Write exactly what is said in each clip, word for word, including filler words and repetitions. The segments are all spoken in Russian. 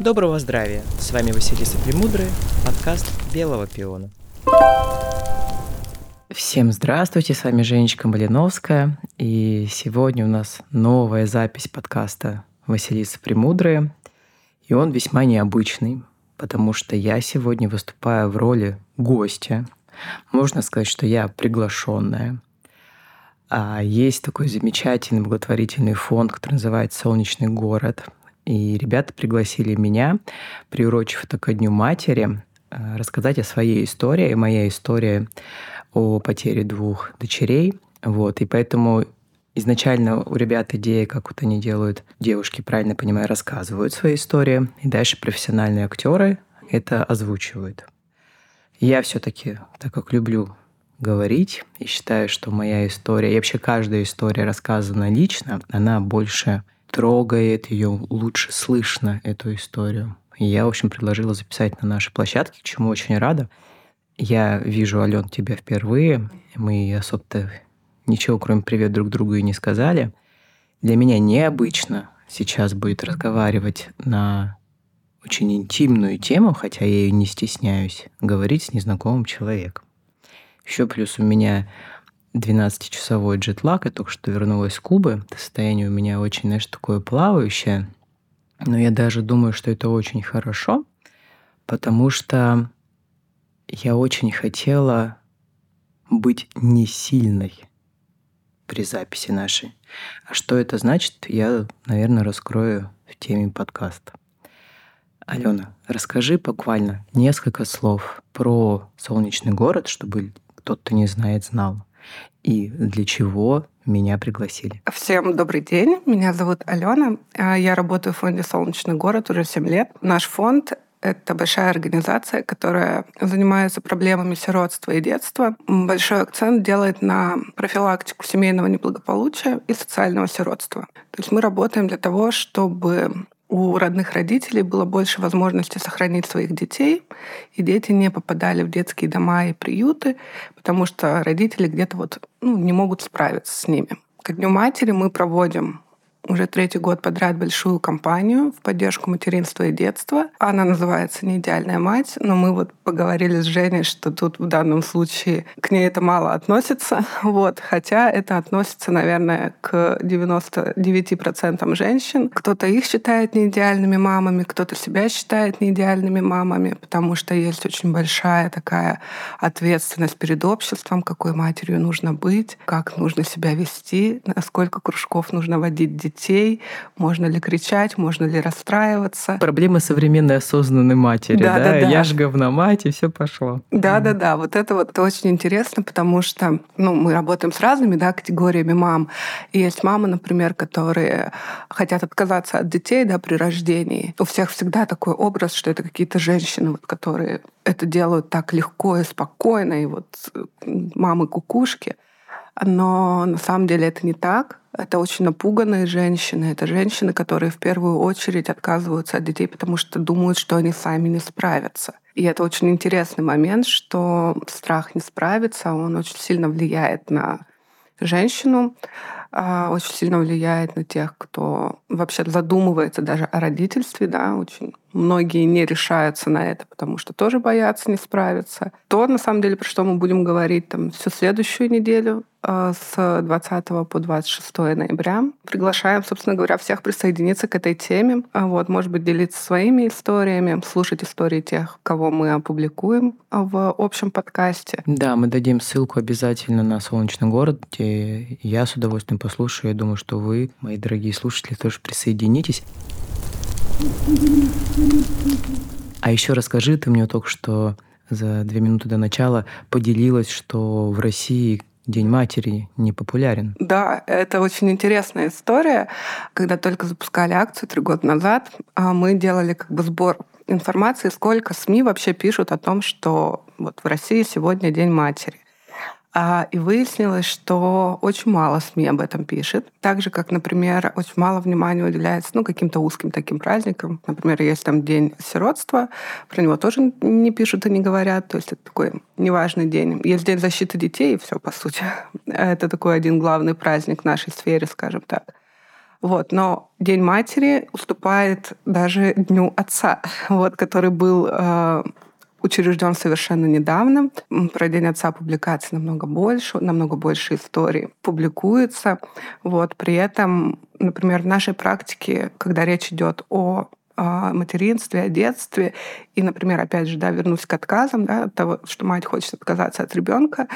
Доброго здравия! С вами Василиса Премудрая, подкаст «Белого пиона». Всем здравствуйте, с вами Женечка Малиновская. И сегодня у нас новая запись подкаста Василиса Премудрая. И он весьма необычный, потому что я сегодня выступаю в роли гостя. Можно сказать, что я приглашенная. А есть такой замечательный благотворительный фонд, который называется «Солнечный город». И ребята пригласили меня, приурочив это ко Дню матери, рассказать о своей истории. Моя история о потере двух дочерей. Вот. И поэтому изначально у ребят идея, как вот они делают, девушки, правильно понимаю, рассказывают свои истории, и дальше профессиональные актеры это озвучивают. Я все-таки, так как люблю говорить и считаю, что моя история, и вообще каждая история рассказана лично, она больше трогает, ее лучше слышно, эту историю. И я, в общем, предложила записать на нашей площадке, к чему очень рада. Я вижу, Алён, тебя впервые. Мы особо-то ничего, кроме «привет» друг другу и не сказали. Для меня необычно сейчас будет разговаривать на очень интимную тему, хотя я ее не стесняюсь, говорить с незнакомым человеком. Еще плюс у меня двенадцатичасовой джетлаг, я только что вернулась с Кубы. Состояние у меня очень, знаешь, такое плавающее. Но я даже думаю, что это очень хорошо, потому что я очень хотела быть не сильной при записи нашей. А что это значит, я, наверное, раскрою в теме подкаста. Алена, расскажи буквально несколько слов про «Солнечный город», чтобы тот, кто не знает, знал. И для чего меня пригласили. Всем добрый день. Меня зовут Алена. Я работаю в фонде «Солнечный город» уже семь лет. Наш фонд — это большая организация, которая занимается проблемами сиротства и детства. Большой акцент делает на профилактику семейного неблагополучия и социального сиротства. То есть мы работаем для того, чтобы у родных родителей было больше возможностей сохранить своих детей, и дети не попадали в детские дома и приюты, потому что родители где-то вот, ну, не могут справиться с ними. Ко Дню матери мы проводим уже третий год подряд большую кампанию в поддержку материнства и детства. Она называется «Не идеальная мать», но мы вот поговорили с Женей, что тут в данном случае к ней это мало относится. Вот. Хотя это относится, наверное, к девяноста девяти процентам женщин. Кто-то их считает неидеальными мамами, кто-то себя считает неидеальными мамами, потому что есть очень большая такая ответственность перед обществом, какой матерью нужно быть, как нужно себя вести, на сколько кружков нужно водить детей, детей, можно ли кричать, можно ли расстраиваться. Проблемы современной осознанной матери, да? Да, да, да. Я ж говномать, и все пошло. Да, да, да. Вот это вот очень интересно, потому что ну, мы работаем с разными да, категориями мам. И есть мамы, например, которые хотят отказаться от детей да, при рождении. У всех всегда такой образ, что это какие-то женщины, вот, которые это делают так легко и спокойно, и вот мамы-кукушки. Но на самом деле это не так. Это очень напуганные женщины. Это женщины, которые в первую очередь отказываются от детей, потому что думают, что они сами не справятся. И это очень интересный момент, что страх не справиться, он очень сильно влияет на женщину, очень сильно влияет на тех, кто вообще задумывается даже о родительстве. Да, очень многие не решаются на это, потому что тоже боятся не справиться. То, на самом деле, про что мы будем говорить там, всю следующую неделю, с двадцатого по двадцать шестое ноября. Приглашаем, собственно говоря, всех присоединиться к этой теме. Вот, может быть, делиться своими историями, слушать истории тех, кого мы опубликуем в общем подкасте. Да, мы дадим ссылку обязательно на «Солнечный город», где я с удовольствием послушаю. Я думаю, что вы, мои дорогие слушатели, тоже присоединитесь. А еще расскажи, ты мне только что за две минуты до начала поделилась, что в России День матери не популярен. Да, это очень интересная история. Когда только запускали акцию три года назад, мы делали как бы сбор информации, сколько СМИ вообще пишут о том, что вот в России сегодня День матери. И выяснилось, что очень мало СМИ об этом пишет. Так же, как, например, очень мало внимания уделяется ну, каким-то узким таким праздникам. Например, есть там День сиротства, про него тоже не пишут и не говорят. То есть это такой неважный день. Есть День защиты детей, и все, по сути. Это такой один главный праздник в нашей сфере, скажем так. Вот. Но День матери уступает даже Дню отца, вот, который был э, учрежден совершенно недавно. Про День отца публикаций намного больше, намного больше историй публикуется. Вот. При этом, например, в нашей практике, когда речь идет о о материнстве, о детстве. И, например, опять же, да, вернусь к отказам, да, от того, что мать хочет отказаться от ребенка.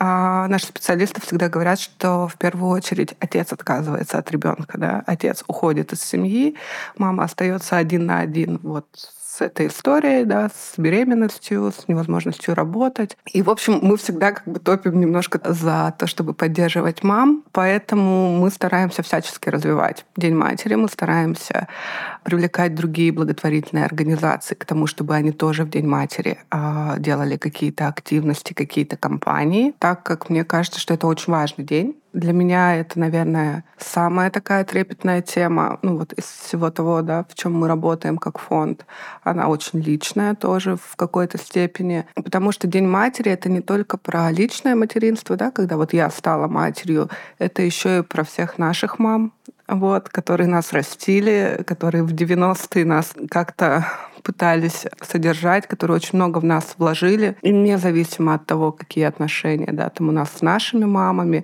А наши специалисты всегда говорят, что в первую очередь отец отказывается от ребенка, да, отец уходит из семьи, мама остается один на один вот с этой историей, да, с беременностью, с невозможностью работать. И, в общем, мы всегда как бы топим немножко за то, чтобы поддерживать мам, поэтому мы стараемся всячески развивать День матери, мы стараемся привлекать другие благотворительные организации к тому, чтобы они тоже в День матери э, делали какие-то активности, какие-то кампании, так как мне кажется, что это очень важный день. Для меня это, наверное, самая такая трепетная тема, ну вот из всего того, да, в чем мы работаем как фонд. Она очень личная тоже в какой-то степени, потому что День матери — это не только про личное материнство, да, когда вот я стала матерью, это еще и про всех наших мам, вот, которые нас растили, которые в девяностые нас как-то пытались содержать, которые очень много в нас вложили. И независимо от того, какие отношения, да, там у нас с нашими мамами,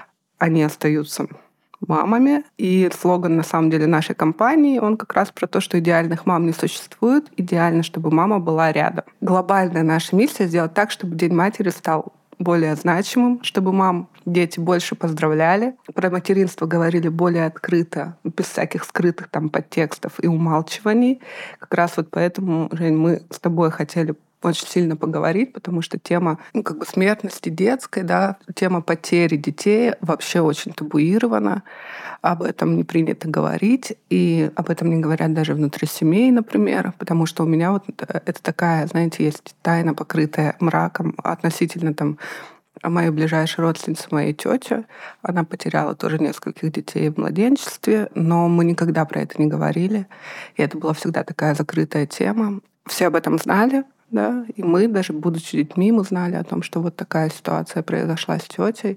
они остаются мамами. И слоган, на самом деле, нашей компании, он как раз про то, что идеальных мам не существует. Идеально, чтобы мама была рядом. Глобальная наша миссия — сделать так, чтобы День матери стал более значимым, чтобы мам дети больше поздравляли, про материнство говорили более открыто, без всяких скрытых там подтекстов и умалчиваний. Как раз вот поэтому, Жень, мы с тобой хотели очень сильно поговорить, потому что тема, ну, как бы смертности детской, да, тема потери детей вообще очень табуирована. Об этом не принято говорить, и об этом не говорят даже внутри семей, например, потому что у меня вот это такая, знаете, есть тайна, покрытая мраком относительно там моей ближайшей родственницы, моей тети. Она потеряла тоже нескольких детей в младенчестве, но мы никогда про это не говорили, и это была всегда такая закрытая тема. Все об этом знали, да, и мы, даже будучи детьми, мы знали о том, что вот такая ситуация произошла с тетей.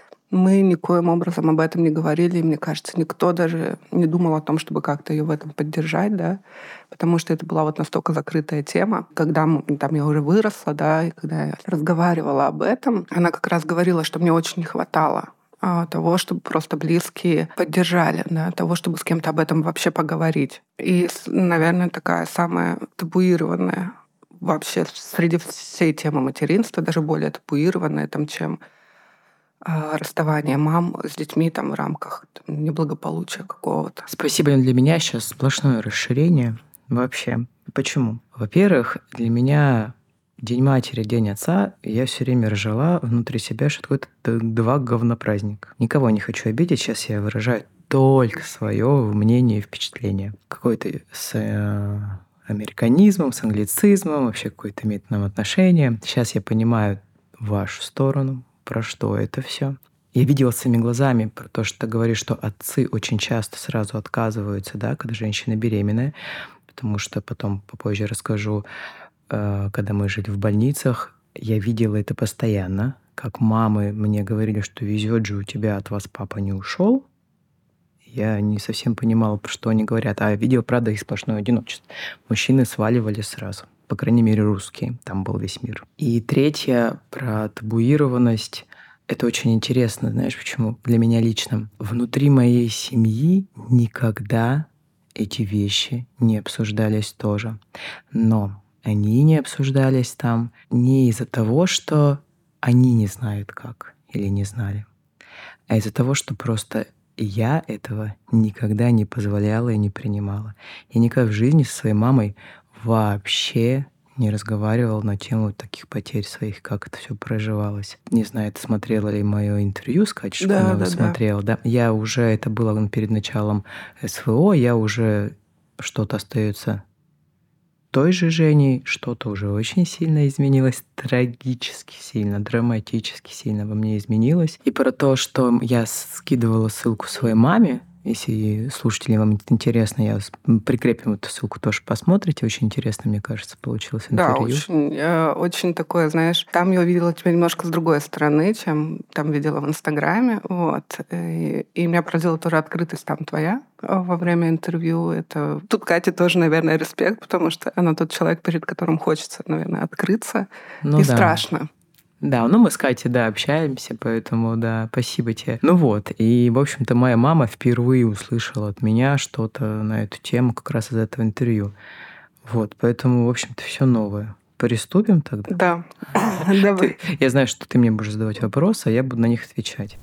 Мы никоим образом об этом не говорили, и, мне кажется, никто даже не думал о том, чтобы как-то ее в этом поддержать, да, потому что это была вот настолько закрытая тема. Когда мы, там, я уже выросла, да, и когда я разговаривала об этом, она как раз говорила, что мне очень не хватало а, того, чтобы просто близкие поддержали, да, того, чтобы с кем-то об этом вообще поговорить. И, наверное, такая самая табуированная вообще среди всей темы материнства, даже более табуированная, там, чем а, расставание мам с детьми там, в рамках там, неблагополучия какого-то. Спасибо. Для меня сейчас сплошное расширение вообще. Почему? Во-первых, для меня День матери, День отца, я все время ржала внутри себя, что такое два говнопраздника. Никого не хочу обидеть, сейчас я выражаю только свое мнение и впечатление. Какой-то с э, американизмом, с англицизмом, вообще какое-то имеет нам отношение. Сейчас я понимаю вашу сторону, про что это все. Я видела своими глазами про то, что ты говоришь, что отцы очень часто сразу отказываются, да, когда женщина беременная, потому что потом попозже расскажу, когда мы жили в больницах, я видела это постоянно, как мамы мне говорили, что везет же у тебя, от вас папа не ушел. Я не совсем понимала, про что они говорят, а видела, правда, их сплошное одиночество. Мужчины сваливали сразу, по крайней мере, русские, там был весь мир. И третье, про табуированность. Это очень интересно, знаешь почему? Для меня лично. Внутри моей семьи никогда эти вещи не обсуждались тоже. Но они не обсуждались там не из-за того, что они не знают как или не знали, а из-за того, что просто я этого никогда не позволяла и не принимала. Я никогда в жизни со своей мамой вообще не разговаривал на тему таких потерь своих, как это все проживалось. Не знаю, ты смотрела ли мое интервью с Катей Шкуновой? Да, да, смотрела, да. да. Я уже, это было перед началом СВО, я уже что-то остается той же Женей, что-то уже очень сильно изменилось, трагически сильно, драматически сильно во мне изменилось. И про то, что я скидывала ссылку своей маме, Если слушатели вам интересно, я прикрепим эту ссылку, тоже посмотрите. Очень интересно, мне кажется, получилось Да, интервью. очень, э, очень такое, знаешь, там я увидела тебя немножко с другой стороны, чем там видела в Инстаграме. Вот. И, и меня поразила тоже открытость там твоя во время интервью. Это... Тут Кате тоже, наверное, респект, потому что она тот человек, перед которым хочется, наверное, открыться. Ну и да. страшно. Да, ну мы с Катей, да, общаемся, поэтому, да, спасибо тебе. Ну вот, и, в общем-то, моя мама впервые услышала от меня что-то на эту тему как раз из этого интервью. Вот, поэтому, в общем-то, все новое. Приступим тогда? Да, давай. Я знаю, что ты мне будешь задавать вопросы, а я буду на них отвечать.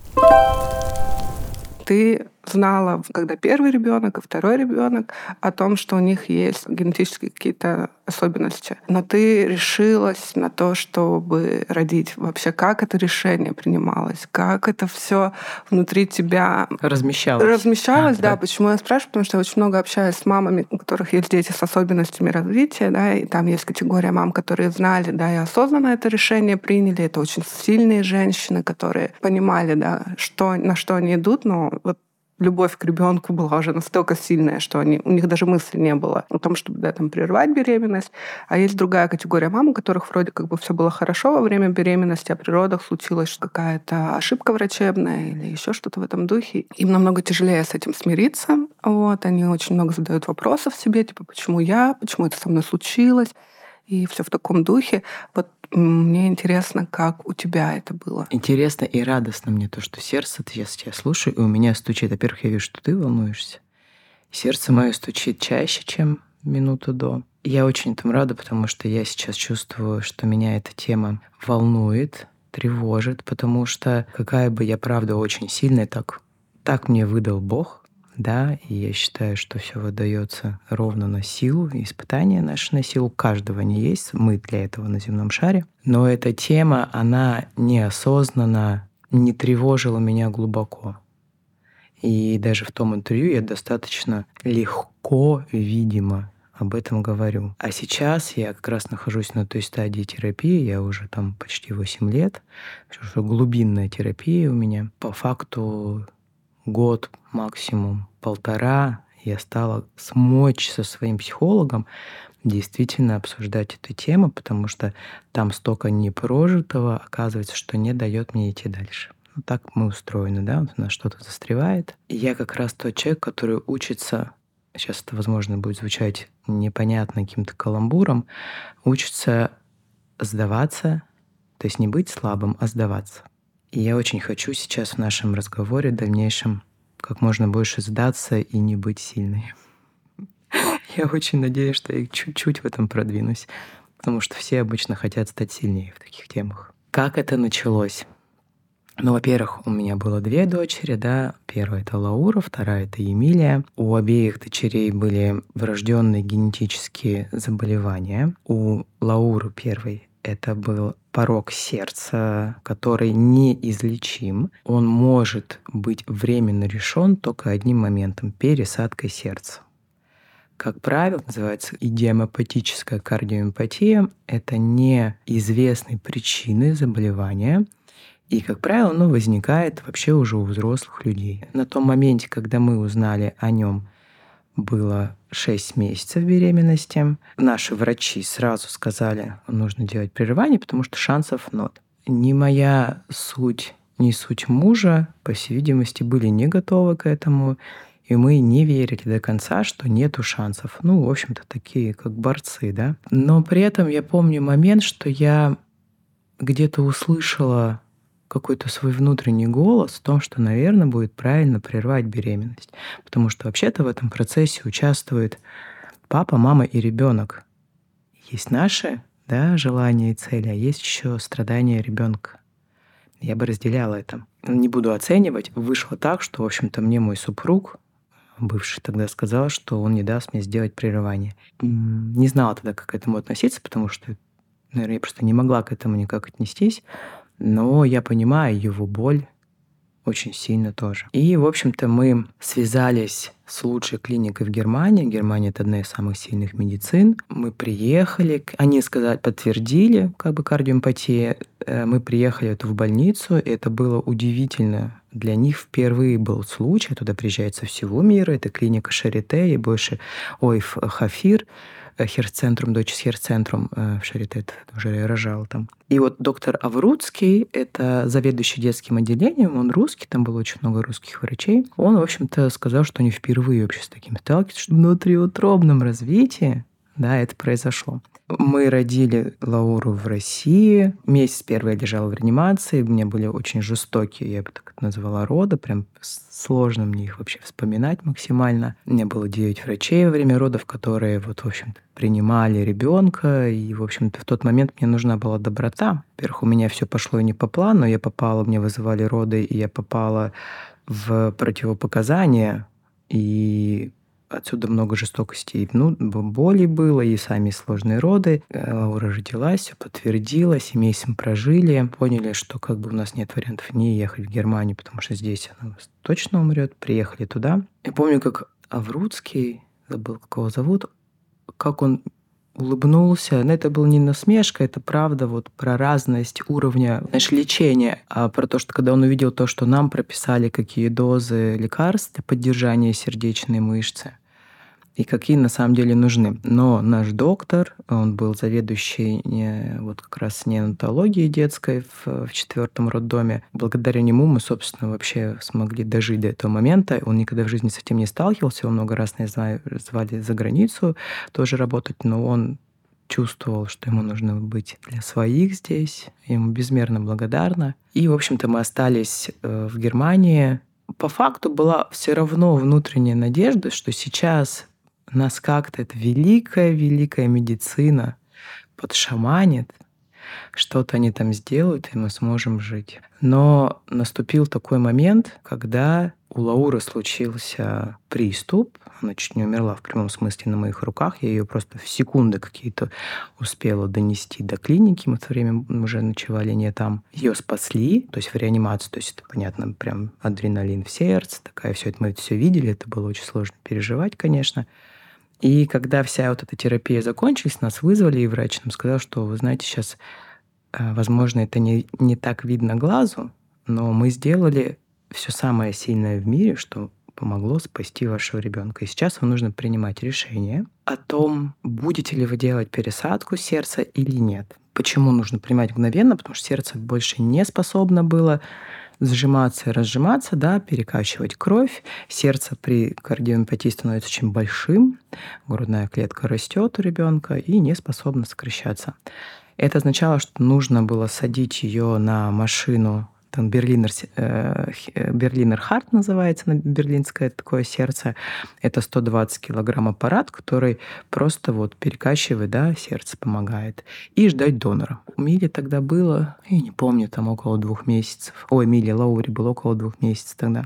Ты знала, когда первый ребенок и второй ребенок, о том, что у них есть генетические какие-то особенности. Но ты решилась на то, чтобы родить. Вообще, как это решение принималось? Как это все внутри тебя размещалось? Размещалось, а, да. да. Почему я спрашиваю? Потому что я очень много общаюсь с мамами, у которых есть дети с особенностями развития, да, и там есть категория мам, которые знали, да, и осознанно это решение приняли. Это очень сильные женщины, которые понимали, да, что, на что они идут, но вот любовь к ребенку была уже настолько сильная, что они, у них даже мысли не было о том, чтобы да, там, прервать беременность. А есть другая категория мам, у которых вроде как бы все было хорошо во время беременности, а при родах случилась какая-то ошибка врачебная или еще что-то в этом духе. Им намного тяжелее с этим смириться. Вот. Они очень много задают вопросов себе, типа, почему я, почему это со мной случилось, и все в таком духе. Вот мне интересно, как у тебя это было. Интересно и радостно мне то, что сердце, я сейчас слушаю, и у меня стучит. Во-первых, я вижу, что ты волнуешься. Сердце мое стучит чаще, чем минуту до. Я очень этому рада, потому что я сейчас чувствую, что меня эта тема волнует, тревожит, потому что какая бы я, правда, очень сильная, так, так мне выдал Бог, да, и я считаю, что все выдается ровно на силу, и испытания наши на силу, у каждого они есть, мы для этого на земном шаре. Но эта тема, она неосознанно не тревожила меня глубоко. И даже в том интервью я достаточно легко, видимо, об этом говорю. А сейчас я как раз нахожусь на той стадии терапии, я уже там почти восемь лет, что глубинная терапия у меня. По факту год, максимум полтора, я стала смочь со своим психологом действительно обсуждать эту тему, потому что там столько непрожитого, оказывается, что не дает мне идти дальше. Ну, так мы устроены, да, вот у нас что-то застревает. И я как раз тот человек, который учится, сейчас это, возможно, будет звучать непонятно каким-то каламбуром, учится сдаваться, то есть не быть слабым, а сдаваться. И я очень хочу сейчас в нашем разговоре дальнейшем как можно больше сдаться и не быть сильной. Я очень надеюсь, что я чуть-чуть в этом продвинусь, потому что все обычно хотят стать сильнее в таких темах. Как это началось? Ну, во-первых, у меня было две дочери, да. Первая — это Лаура, вторая — это Емилия. У обеих дочерей были врожденные генетические заболевания. У Лауры первой это был порок сердца, который неизлечим. Он может быть временно решен только одним моментом — пересадкой сердца. Как правило, называется идиомиопатическая кардиомиопатия. Это неизвестные причины заболевания. И, как правило, оно возникает вообще уже у взрослых людей. На том моменте, когда мы узнали о нем, было шесть месяцев беременности. Наши врачи сразу сказали, нужно делать прерывание, потому что шансов ноль. Ни моя суть, ни суть мужа, по всей видимости, были не готовы к этому. И мы не верили до конца, что нету шансов. Ну, в общем-то, такие, как борцы, да. Но при этом я помню момент, что я где-то услышала какой-то свой внутренний голос в том, что, наверное, будет правильно прервать беременность. Потому что вообще-то в этом процессе участвует папа, мама и ребенок. Есть наши, да, желания и цели, а есть еще страдания ребенка. Я бы разделяла это. Не буду оценивать. Вышло так, что, в общем-то, мне мой супруг, бывший, тогда сказал, что он не даст мне сделать прерывание. Не знала тогда, как к этому относиться, потому что, наверное, я просто не могла к этому никак отнестись. Но я понимаю его боль очень сильно тоже. И, в общем-то, мы связались с лучшей клиникой в Германии. Германия — это одна из самых сильных медицин. Мы приехали, они сказали, подтвердили как бы кардиомиопатию. Мы приехали в больницу, и это было удивительно для них впервые был случай, туда приезжают со всего мира, это клиника Шарите и больше, ой, Хафир, Херц-центрум, дочь с Херц-центрум в Шарите, уже я рожала там. И вот доктор Авруцкий, это заведующий детским отделением, он русский, там было очень много русских врачей. Он, в общем-то, сказал, что они впервые вообще с таким сталкиваются, что в внутриутробном развитии, да, это произошло. Мы родили Лауру в России. Месяц первый я лежала в реанимации. У меня были очень жестокие, я бы так это назвала, роды. Прям сложно мне их вообще вспоминать максимально. У меня было девять врачей во время родов, которые вот, в общем-то, принимали ребенка. И, в общем-то, в тот момент мне нужна была доброта. Во-первых, у меня все пошло не по плану. Я попала, мне вызывали роды, и я попала в противопоказания. И отсюда много жестокости. Ну, боли было, и сами сложные роды. Лаура родилась, все подтвердилось, и месяц мы прожили. Поняли, что как бы у нас нет вариантов не ехать в Германию, потому что здесь она точно умрет. Приехали туда. Я помню, как Авруцкий, забыл, как его зовут, как он улыбнулся. Но это была не насмешка, это правда вот про разность уровня, знаешь, лечения, а про то, что когда он увидел то, что нам прописали, какие дозы лекарств для поддержания сердечной мышцы, и какие на самом деле нужны. Но наш доктор, он был заведующий не, вот как раз неонатологией детской в, в четвертом роддоме. Благодаря нему мы, собственно, вообще смогли дожить до этого момента. Он никогда в жизни с этим не сталкивался. Его много раз, не знаю, звали за границу тоже работать, но он чувствовал, что ему нужно быть для своих здесь. Я ему безмерно благодарна. И, в общем-то, мы остались в Германии. По факту была все равно внутренняя надежда, что сейчас нас как-то эта великая-великая медицина подшаманит, что-то они там сделают, и мы сможем жить. Но наступил такой момент, когда у Лауры случился приступ. Она чуть не умерла в прямом смысле на моих руках. Я ее просто в секунды какие-то успела донести до клиники. Мы в то время уже ночевали не там. Ее спасли, то есть в реанимацию. То есть это, понятно, прям адреналин в сердце. Такая все это мы все видели. Это было очень сложно переживать, конечно. И когда вся вот эта терапия закончилась, нас вызвали, и врач нам сказал, что, вы знаете, сейчас, возможно, это не, не так видно глазу, но мы сделали все самое сильное в мире, что помогло спасти вашего ребенка. И сейчас вам нужно принимать решение о том, будете ли вы делать пересадку сердца или нет. Почему нужно принимать мгновенно? Потому что сердце больше не способно было сжиматься и разжиматься, да, перекачивать кровь. Сердце при кардиомиопатии становится очень большим, грудная клетка растет у ребенка и не способна сокращаться. Это означало, что нужно было садить ее на машину, там Берлинер, э, Берлинер Харт называется, на берлинское такое сердце. Это сто двадцать килограмм аппарат, который просто вот перекачивает, да, сердце помогает. И ждать донора. У Мили тогда было, я не помню, там около двух месяцев. Ой, Мили, Лауре было около двух месяцев тогда.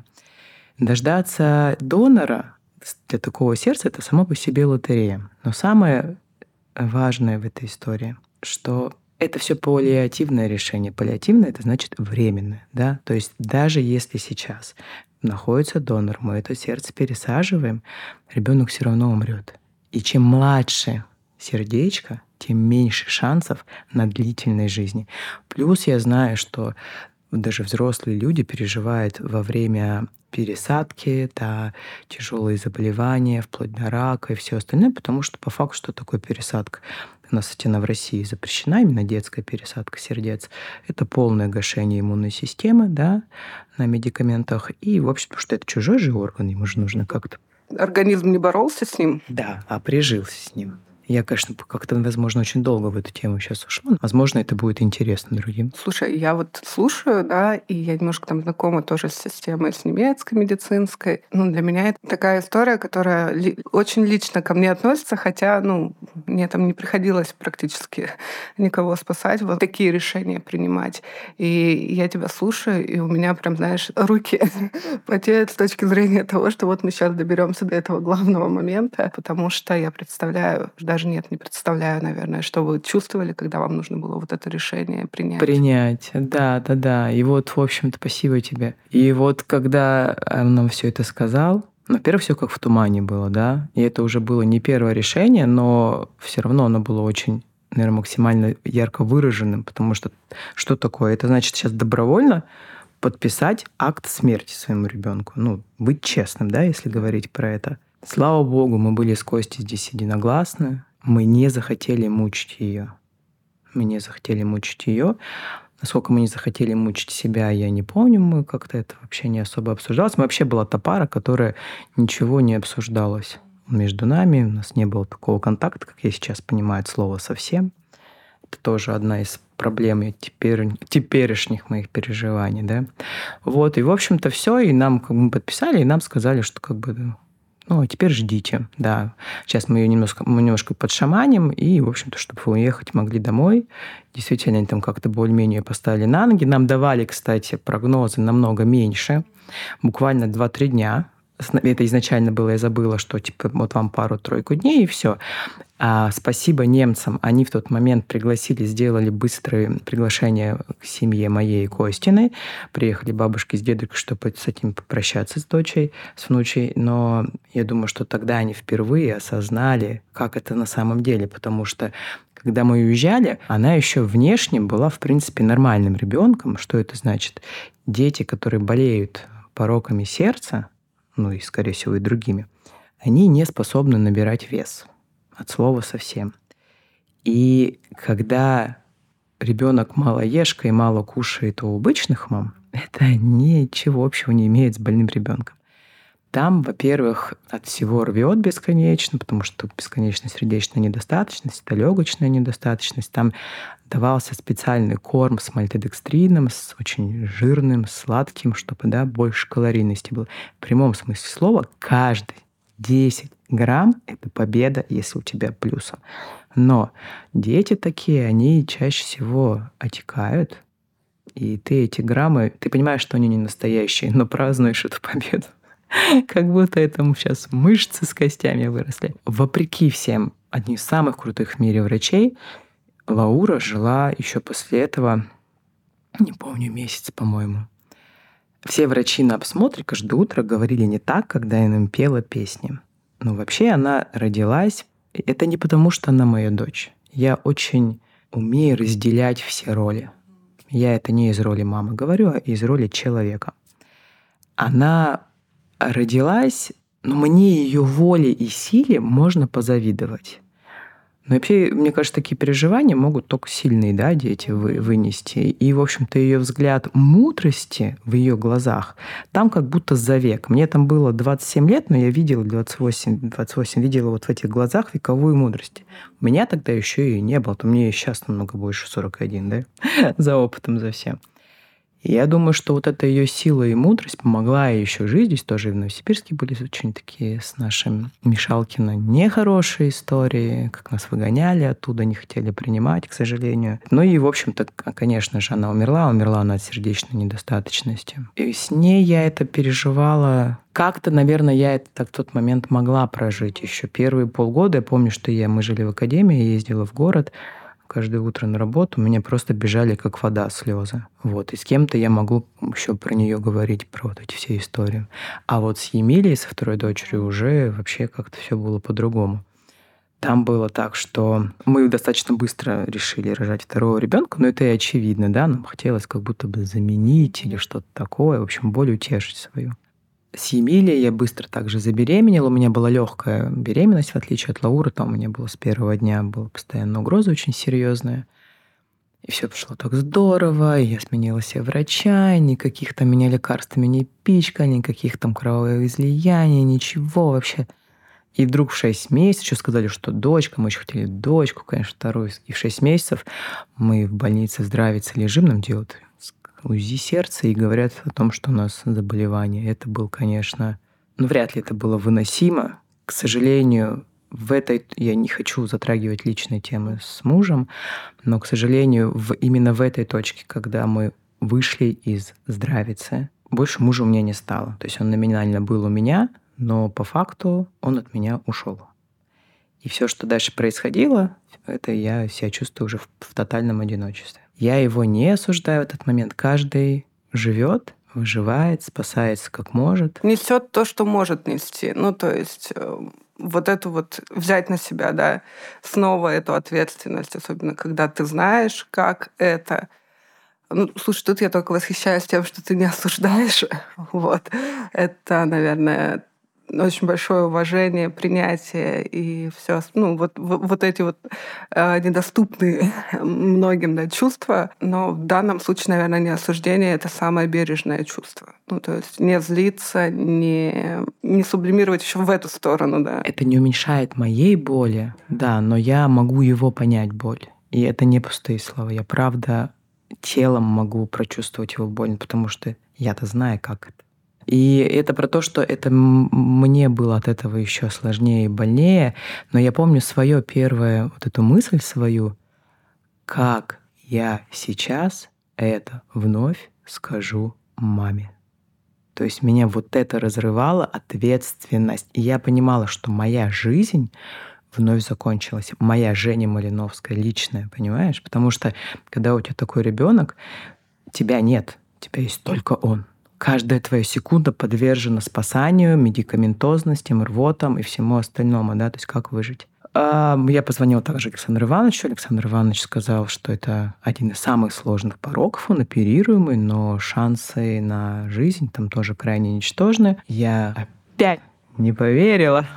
Дождаться донора для такого сердца — это само по себе лотерея. Но самое важное в этой истории, что это все паллиативное решение. Паллиативное — это значит временное. Да? То есть даже если сейчас находится донор, мы это сердце пересаживаем, ребенок все равно умрет. И чем младше сердечко, тем меньше шансов на длительной жизни. Плюс я знаю, что даже взрослые люди переживают во время пересадки, да, тяжелые заболевания, вплоть до рака и все остальное, потому что по факту, что такое пересадка? У нас, кстати, в России запрещена именно детская пересадка сердец. Это полное гашение иммунной системы, да, на медикаментах. И, в общем, потому что это чужой же орган, ему же нужно как-то... Организм не боролся с ним? Да, а прижился с ним. Я, конечно, как-то, возможно, очень долго в эту тему сейчас ушла. Возможно, это будет интересно другим. Слушай, я вот слушаю, да, и я немножко там знакома тоже с системой, с немецкой медицинской. Ну, для меня это такая история, которая ли- очень лично ко мне относится, хотя, ну, мне там не приходилось практически никого спасать, вот такие решения принимать. И я тебя слушаю, и у меня прям, знаешь, руки потеют с точки зрения того, что вот мы сейчас доберемся до этого главного момента, потому что я представляю, даже нет, не представляю, наверное, что вы чувствовали, когда вам нужно было вот это решение принять. Принять, да, да, да. И вот, в общем-то, спасибо тебе. И вот когда он нам все это сказал, во-первых, все как в тумане было, да. И это уже было не первое решение, но все равно оно было очень, наверное, максимально ярко выраженным, потому что что такое? Это значит сейчас добровольно подписать акт смерти своему ребенку. Ну, быть честным, да, если говорить про это. Слава богу, мы были с Костей здесь единогласны. Мы не захотели мучить ее. Мы не захотели мучить ее. Насколько мы не захотели мучить себя, я не помню. Мы как-то это вообще не особо обсуждалось. Мы вообще была та пара, которая ничего не обсуждалось между нами. У нас не было такого контакта, как я сейчас понимаю это слово, совсем. Это тоже одна из проблем теперь, теперешних моих переживаний, да. Вот, и, в общем-то, все, и нам как бы мы подписали, и нам сказали, что как бы, ну, а теперь ждите, да. Сейчас мы ее немножко, мы немножко подшаманим, и, в общем-то, чтобы вы уехать могли домой. Действительно, они там как-то более-менее поставили на ноги. Нам давали, кстати, прогнозы намного меньше, буквально два-три дня. Это изначально было, я забыла, что типа вот вам пару-тройку дней, и все. А спасибо немцам, они в тот момент пригласили, сделали быстрое приглашение к семье моей и Костиной. Приехали бабушки с дедушкой, чтобы с этим попрощаться с дочей, с внучей. Но я думаю, что тогда они впервые осознали, как это на самом деле. Потому что когда мы уезжали, она еще внешне была, в принципе, нормальным ребенком. Что это значит? Дети, которые болеют пороками сердца, ну и, скорее всего, и другими, они не способны набирать вес. От слова совсем. И когда ребенок малоежка и мало кушает у обычных мам, это ничего общего не имеет с больным ребенком. Там, во-первых, от всего рвет бесконечно, потому что бесконечная сердечная недостаточность, это легочная недостаточность. Там давался специальный корм с мальтодекстрином, с очень жирным, сладким, чтобы, да, больше калорийности было. В прямом смысле слова каждый десять грамм – это победа, если у тебя плюсом. Но дети такие, они чаще всего отекают, и ты эти граммы, ты понимаешь, что они не настоящие, но празднуешь эту победу. Как будто это сейчас мышцы с костями выросли. Вопреки всем, одним из самых крутых в мире врачей, Лаура жила еще после этого, не помню, месяц, по-моему. Все врачи на обсмотре каждое утро говорили не так, когда я им пела песни. Но вообще она родилась. Это не потому, что она моя дочь. Я очень умею разделять все роли. Я это не из роли мамы говорю, а из роли человека. Она родилась, но мне ее воле и силе можно позавидовать. Но вообще, мне кажется, такие переживания могут только сильные, да, дети вы, вынести. И, в общем-то, ее взгляд мудрости в ее глазах там как будто за век. Мне там было двадцать семь лет, но я видела двадцать восемь, двадцать восемь видела вот в этих глазах вековую мудрость. У меня тогда еще ее не было, то мне сейчас намного больше, сорок один, да, за опытом, за всем. И я думаю, что вот эта ее сила и мудрость помогла ей еще жить. Здесь тоже и в Новосибирске были очень такие с нашим Мишалкино нехорошие истории, как нас выгоняли оттуда, не хотели принимать, к сожалению. Ну и, в общем-то, конечно же, она умерла. Умерла она от сердечной недостаточности. И с ней я это переживала. Как-то, наверное, я это так в тот момент могла прожить. Еще первые полгода, я помню, что я, мы жили в академии, я ездила в город, каждое утро на работу, у меня просто бежали как вода слезы. Вот. И с кем-то я могу еще про нее говорить, про вот эти все истории. А вот с Емилией, со второй дочерью, уже вообще как-то все было по-другому. Там было так, что мы достаточно быстро решили рожать второго ребенка, но это и очевидно, да, нам хотелось как будто бы заменить или что-то такое, в общем, боль утешить свою. С Емилией я быстро также забеременела. У меня была легкая беременность, в отличие от Лауры. Там у меня было с первого дня была постоянно угроза очень серьезная. И все пошло так здорово. И я сменила себе врача, никаких там меня лекарствами не пичкали, никаких там кровавых излияний, ничего вообще. И вдруг в шесть месяцев еще сказали, что дочка, мы еще хотели дочку, конечно, вторую. И в шесть месяцев мы в больнице в Здравице лежим, нам делают УЗИ сердца и говорят о том, что у нас заболевание. Это был, конечно, ну, вряд ли это было выносимо. К сожалению, в этой, я не хочу затрагивать личные темы с мужем, но, к сожалению, в, именно в этой точке, когда мы вышли из Здравицы, больше мужа у меня не стало. То есть он номинально был у меня, но по факту он от меня ушел. И все, что дальше происходило, это я себя чувствую уже в, в тотальном одиночестве. Я его не осуждаю в этот момент. Каждый живет, выживает, спасается как может. Несет то, что может нести. Ну, то есть вот эту вот взять на себя, да, снова эту ответственность, особенно когда ты знаешь, как это, Ну, слушай, тут я только восхищаюсь тем, что ты не осуждаешь. Вот. Это, наверное, очень большое уважение, принятие и все. Ну, вот, в- вот эти вот э, недоступные многим, да, чувства. Но в данном случае, наверное, не осуждение — это самое бережное чувство. Ну, то есть не злиться, не, не сублимировать еще в эту сторону, да. Это не уменьшает моей боли, да, но я могу его понять боль. И это не пустые слова. Я правда телом могу прочувствовать его боль, потому что я-то знаю, как это. И это про то, что это м- мне было от этого еще сложнее и больнее, но я помню свое первое, вот эту мысль свою, как я сейчас это вновь скажу маме. То есть меня вот это разрывало ответственность. И я понимала, что моя жизнь вновь закончилась. Моя Женя Малиновская личная, понимаешь? Потому что когда у тебя такой ребенок, тебя нет, у тебя есть только он. Каждая твоя секунда подвержена спасанию, медикаментозностям, рвотам и всему остальному, да, то есть как выжить. А, Я позвонила также Александру Ивановичу. Александр Иванович сказал, что это один из самых сложных пороков, он оперируемый, но шансы на жизнь там тоже крайне ничтожны. Я опять не поверила.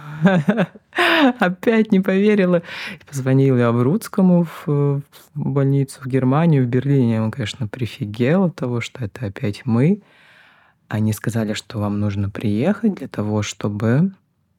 Опять не поверила. Позвонила я Аврудскому в в больницу в Германию, в Берлине. Он, конечно, прифигел от того, что это опять мы. Они сказали, что вам нужно приехать для того, чтобы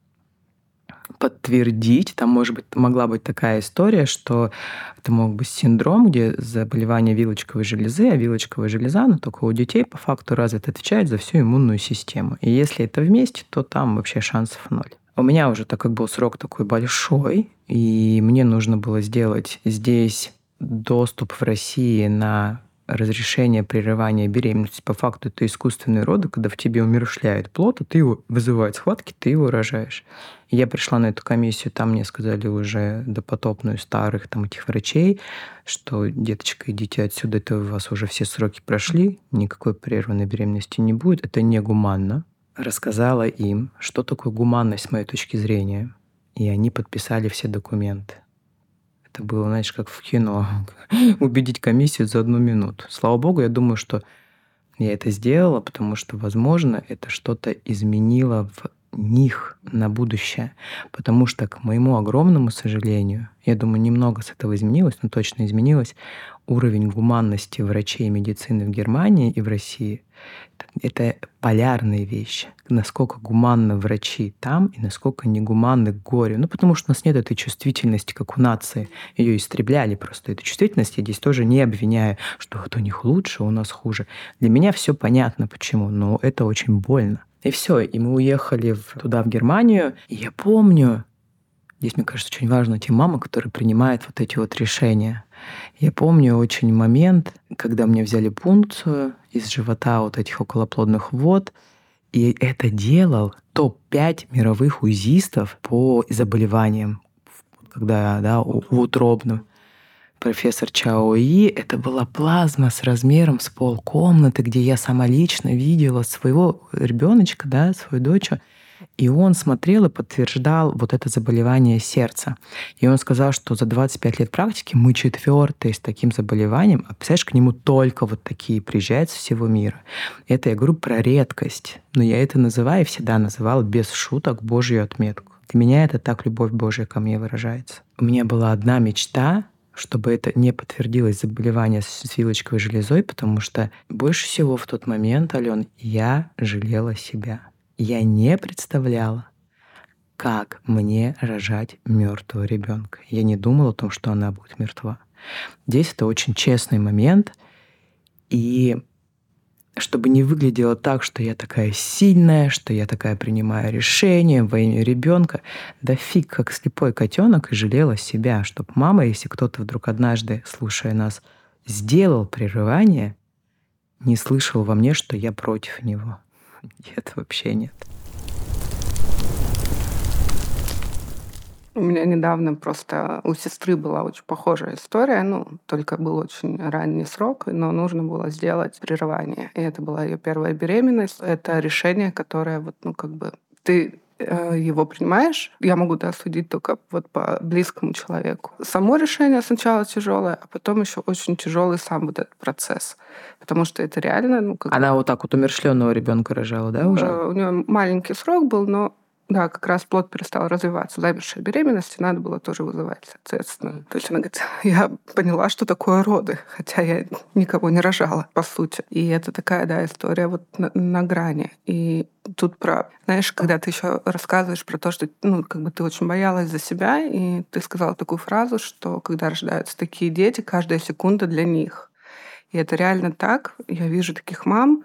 подтвердить. Там, может быть, могла быть такая история, что это мог быть синдром, где заболевание вилочковой железы, а вилочковая железа, но только у детей по факту развит, отвечает за всю иммунную систему. И если это вместе, то там вообще шансов ноль. У меня уже, так как был срок такой большой, и мне нужно было сделать здесь доступ в России на разрешение прерывания беременности. По факту это искусственные роды, когда в тебе умерщвляет плод, а ты его вызывает схватки, ты его рожаешь. И я пришла на эту комиссию, там мне сказали уже допотопную старых там этих врачей, что, деточка, идите отсюда, это у вас уже все сроки прошли, никакой прерванной беременности не будет, это негуманно. Рассказала им, что такое гуманность с моей точки зрения, и они подписали все документы. Это было, знаешь, как в кино. Убедить комиссию за одну минуту. Слава богу, я думаю, что я это сделала, потому что, возможно, это что-то изменило в них на будущее. Потому что, к моему огромному сожалению, я думаю, немного с этого изменилось, но точно изменилось, уровень гуманности врачей и медицины в Германии и в России — это полярные вещи. Насколько гуманны врачи там и насколько негуманны к горю. Ну, потому что у нас нет этой чувствительности, как у нации. Ее истребляли просто. Эту чувствительность я здесь тоже не обвиняю, что вот у них лучше, у нас хуже. Для меня все понятно, почему, но это очень больно. И все, и мы уехали в- туда, в Германию. И я помню, здесь, мне кажется, очень важно те мамы, которые принимают вот эти вот решения. Я помню очень момент, когда мне взяли пункцию из живота вот этих околоплодных вод, и это делал топ пять мировых УЗИстов по заболеваниям, когда, да, у, у утробным. Профессор Чао И, это была плазма с размером с полкомнаты, где я сама лично видела своего ребеночка, да, свою дочь. И он смотрел и подтверждал вот это заболевание сердца. И он сказал, что за двадцать пять лет практики мы четвертые с таким заболеванием. А представляешь, к нему только вот такие приезжают со всего мира. Это я говорю про редкость. Но я это называю и всегда называла без шуток Божью отметку. Для меня это так любовь Божья ко мне выражается. У меня была одна мечта, чтобы это не подтвердилось заболевание с вилочковой железой, потому что больше всего в тот момент, Ален, я жалела себя. Я не представляла, как мне рожать мертвого ребенка. Я не думала о том, что она будет мертва. Здесь это очень честный момент. И чтобы не выглядело так, что я такая сильная, что я такая принимаю решения во имя ребенка, да фиг, как слепой котенок, и жалела себя, чтобы мама, если кто-то вдруг однажды, слушая нас, сделал прерывание, не слышал во мне, что я против него. Нет, вообще нет. У меня недавно просто у сестры была очень похожая история, ну, только был очень ранний срок, но нужно было сделать прерывание. И это была ее первая беременность. Это решение, которое вот, ну, как бы ты его принимаешь, я могу да, судить только вот по близкому человеку. Само решение сначала тяжелое, а потом еще очень тяжелый сам вот этот процесс. Потому что это реально... Ну, как Она вот так вот умерщвленного ребенка рожала, да, уже? У нее маленький срок был, но да, как раз плод перестал развиваться. Замершей беременности надо было тоже вызывать, соответственно. То есть она говорит, я поняла, что такое роды, хотя я никого не рожала, по сути. И это такая, да, история вот на, на грани. И тут про, знаешь, когда ты еще рассказываешь про то, что, ну, как бы ты очень боялась за себя, и ты сказала такую фразу, что когда рождаются такие дети, каждая секунда для них. И это реально так. Я вижу таких мам,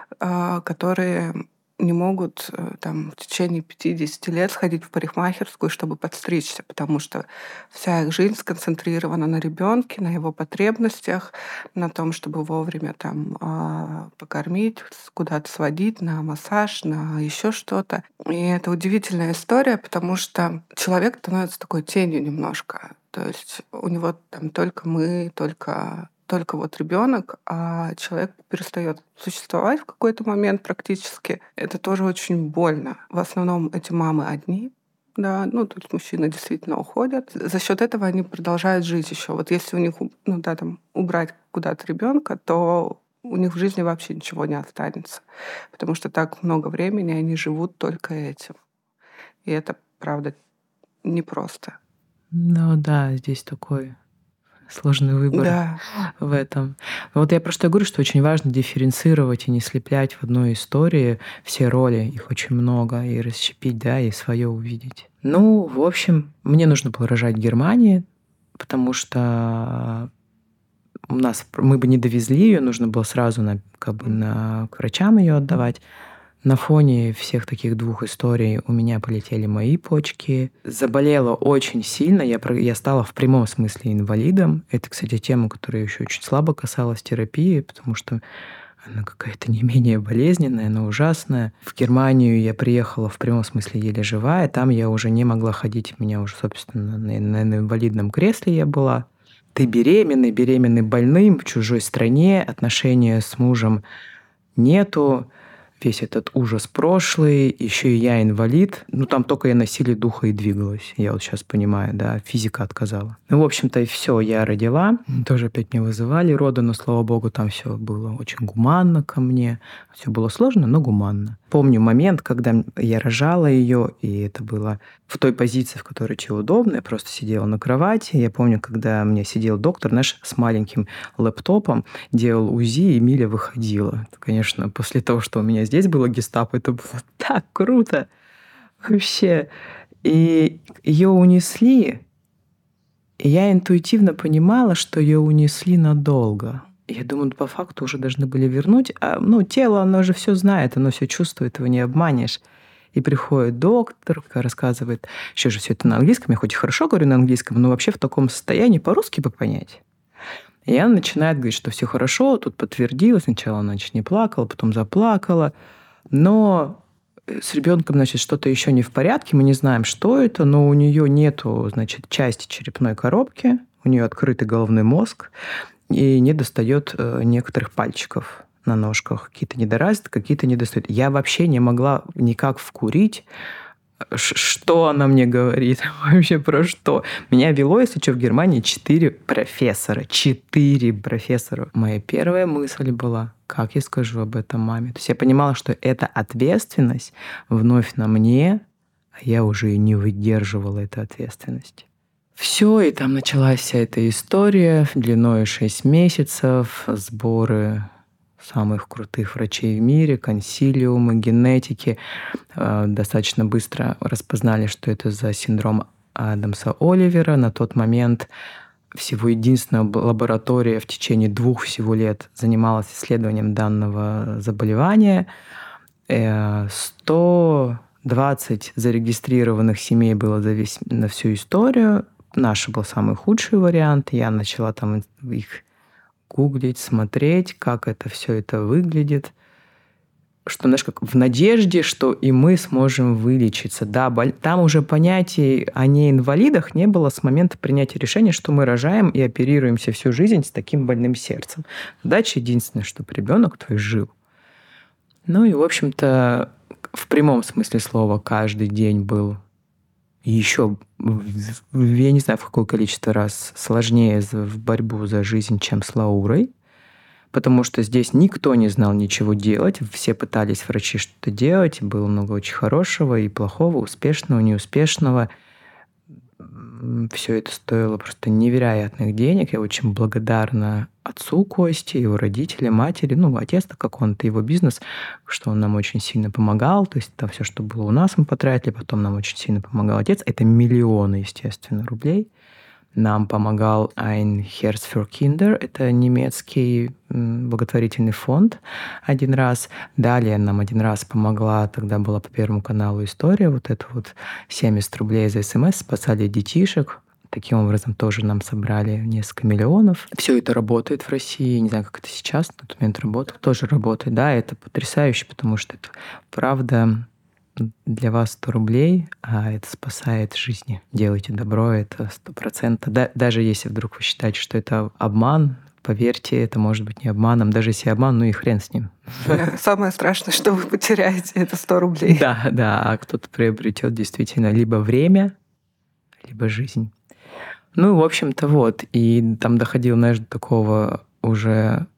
которые не могут там, в течение пятидесяти лет сходить в парикмахерскую, чтобы подстричься, потому что вся их жизнь сконцентрирована на ребенке, на его потребностях, на том, чтобы вовремя там покормить, куда-то сводить, на массаж, на еще что-то. И это удивительная история, потому что человек становится такой тенью немножко. То есть у него там только мы, только только вот ребенок, а человек перестает существовать в какой-то момент практически. Это тоже очень больно. В основном эти мамы одни, да, ну, то есть мужчины действительно уходят. За счет этого они продолжают жить еще. Вот если у них, ну да, там, убрать куда-то ребенка, то у них в жизни вообще ничего не останется. Потому что так много времени они живут только этим. И это, правда, непросто. Ну да, здесь такой сложный выбор да. в этом. Вот я про что говорю, что очень важно дифференцировать и не слеплять в одной истории все роли, их очень много, и расщепить, да, и свое увидеть. Ну, в общем, мне нужно было рожать в Германии, потому что у нас мы бы не довезли ее, нужно было сразу на, как бы, на, к врачам ее отдавать. На фоне всех таких двух историй у меня полетели мои почки. Заболела очень сильно. Я, я стала в прямом смысле инвалидом. Это, кстати, тема, которая еще очень слабо касалась терапии, потому что она какая-то не менее болезненная, но ужасная. В Германию я приехала в прямом смысле еле живая. Там я уже не могла ходить. У меня уже, собственно, на, на, на инвалидном кресле я была. Ты беременный, беременный больным в чужой стране. Отношения с мужем нету. Весь этот ужас прошлый, еще и я инвалид. Ну, там только я на силе духа и двигалась. Я вот сейчас понимаю, да, физика отказала. Ну, в общем-то, и все, я родила. Тоже опять мне вызывали роды, но, слава богу, там все было очень гуманно ко мне. Все было сложно, но гуманно. Помню момент, когда я рожала ее, и это было в той позиции, в которой тебе удобно. Я просто сидела на кровати. Я помню, когда мне сидел доктор, знаешь, с маленьким лэптопом, делал УЗИ, и Миля выходила. Это, конечно, после того, что у меня здесь было гестапо, это было так круто вообще. И ее унесли, и я интуитивно понимала, что ее унесли надолго. Я думаю, по факту уже должны были вернуть. А, ну, тело, оно же все знает, оно все чувствует, его не обманешь. И приходит доктор, рассказывает, еще же все это на английском, я хоть и хорошо говорю на английском, но вообще в таком состоянии по-русски бы понять. И она начинает говорить, что все хорошо, тут подтвердилось. Сначала она значит, не плакала, потом заплакала. Но с ребенком, значит, что-то еще не в порядке, мы не знаем, что это, но у нее нету, значит, части черепной коробки, у нее открытый головной мозг, и не достает некоторых пальчиков на ножках. Какие-то недоразвиты, какие-то не достают. Я вообще не могла никак вкурить, что она мне говорит, вообще про что. Меня вело, если что, в Германии четыре профессора. Четыре профессора. Моя первая мысль была, как я скажу об этом маме. То есть я понимала, что эта ответственность вновь на мне, а я уже и не выдерживала этой ответственности. Все, и там началась вся эта история длиной шесть месяцев, сборы самых крутых врачей в мире, консилиумы, генетики. Достаточно быстро распознали, что это за синдром Адамса-Оливера. На тот момент всего единственная лаборатория в течение двух всего лет занималась исследованием данного заболевания. сто двадцать зарегистрированных семей было за весь, на всю историю. Наш был самый худший вариант. Я начала там их гуглить, смотреть, как это все это выглядит. Что, знаешь, как в надежде, что и мы сможем вылечиться. Да, там уже понятий о неинвалидах не было с момента принятия решения, что мы рожаем и оперируемся всю жизнь с таким больным сердцем. Задача единственная, чтобы ребенок твой жил. Ну и, в общем-то, в прямом смысле слова каждый день был еще, я не знаю, в какое количество раз сложнее в борьбу за жизнь, чем с Лаурой. Потому что здесь никто не знал ничего делать, все пытались врачи что-то делать, было много очень хорошего и плохого, успешного, неуспешного. Все это стоило просто невероятных денег. Я очень благодарна отцу Кости, его родителям, матери, ну, отец-то как он, это его бизнес, что он нам очень сильно помогал. То есть это все, что было у нас, мы потратили, потом нам очень сильно помогал отец. Это миллионы, естественно, рублей. Нам помогал Ein Herz für Kinder, это немецкий благотворительный фонд один раз. Далее нам один раз помогла, тогда была по Первому каналу история, вот это вот семьдесят рублей за СМС, спасали детишек. Таким образом тоже нам собрали несколько миллионов. Все это работает в России, не знаю, как это сейчас, на тот момент работает, тоже работает. Да, это потрясающе, потому что это правда... Для вас сто рублей, а это спасает жизни. Делайте добро, это сто процентов. Да, даже если вдруг вы считаете, что это обман, поверьте, это может быть не обманом. Даже если обман, ну и хрен с ним. Самое страшное, что вы потеряете, это сто рублей. Да, да, а кто-то приобретет действительно либо время, либо жизнь. Ну, в общем-то, вот. И там доходило, знаешь, до такого уже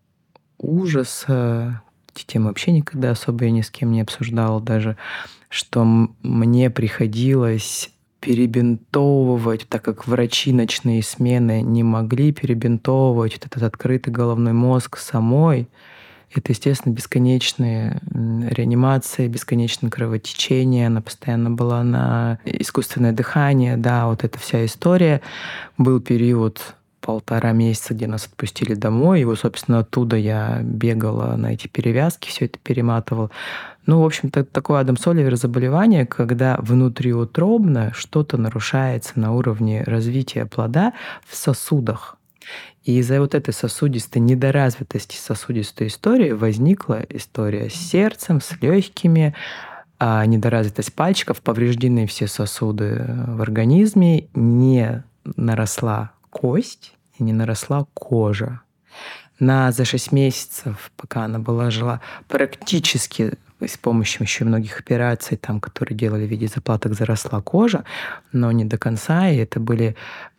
ужаса. Эти темы вообще никогда особо я ни с кем не обсуждала даже, что мне приходилось перебинтовывать, так как врачи ночные смены не могли перебинтовывать вот этот открытый головной мозг самой. Это, естественно, бесконечные реанимации, бесконечное кровотечение. Она постоянно была на искусственное дыхание. Да, вот эта вся история. Был период полтора месяца, где нас отпустили домой. И вот, собственно, оттуда я бегала на эти перевязки, все это перематывала. Ну, в общем-то, такое Адамс Оливер заболевание, когда внутриутробно что-то нарушается на уровне развития плода в сосудах. И из-за вот этой сосудистой недоразвитости сосудистой истории возникла история с сердцем, с легкими, а недоразвитость пальчиков, повреждены все сосуды в организме, не наросла кость и не наросла кожа. На, за шесть месяцев, пока она была жила, практически с помощью еще многих операций, там, которые делали в виде заплаток, заросла кожа, но не до конца, и это были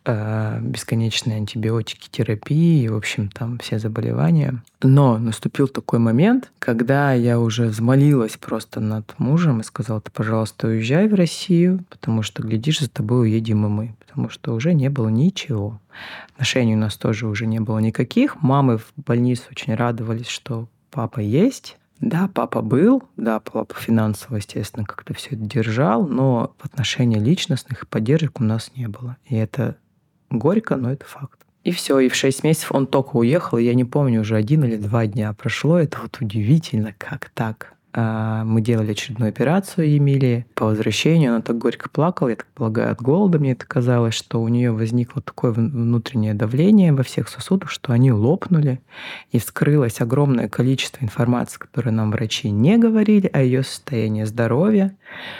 э, бесконечные антибиотики, терапии, и, в общем, там все заболевания. Но наступил такой момент, когда я уже взмолилась просто над мужем и сказала: ты, пожалуйста, уезжай в Россию, потому что, глядишь, за тобой уедем и мы, потому что уже не было ничего. Отношений у нас тоже уже не было никаких. Мамы в больнице очень радовались, что папа есть. Да, папа был, да, папа финансово, естественно, как-то все это держал, но в отношении личностных поддержек у нас не было. И это горько, но это факт. И все, и в шесть месяцев он только уехал, и я не помню, уже один или два дня прошло. Это вот удивительно, как так. Мы делали очередную операцию Емилии. По возвращению она так горько плакала, я так полагаю, от голода мне это казалось, что у нее возникло такое внутреннее давление во всех сосудах, что они лопнули, и вскрылось огромное количество информации, которую нам врачи не говорили о ее состоянии здоровья.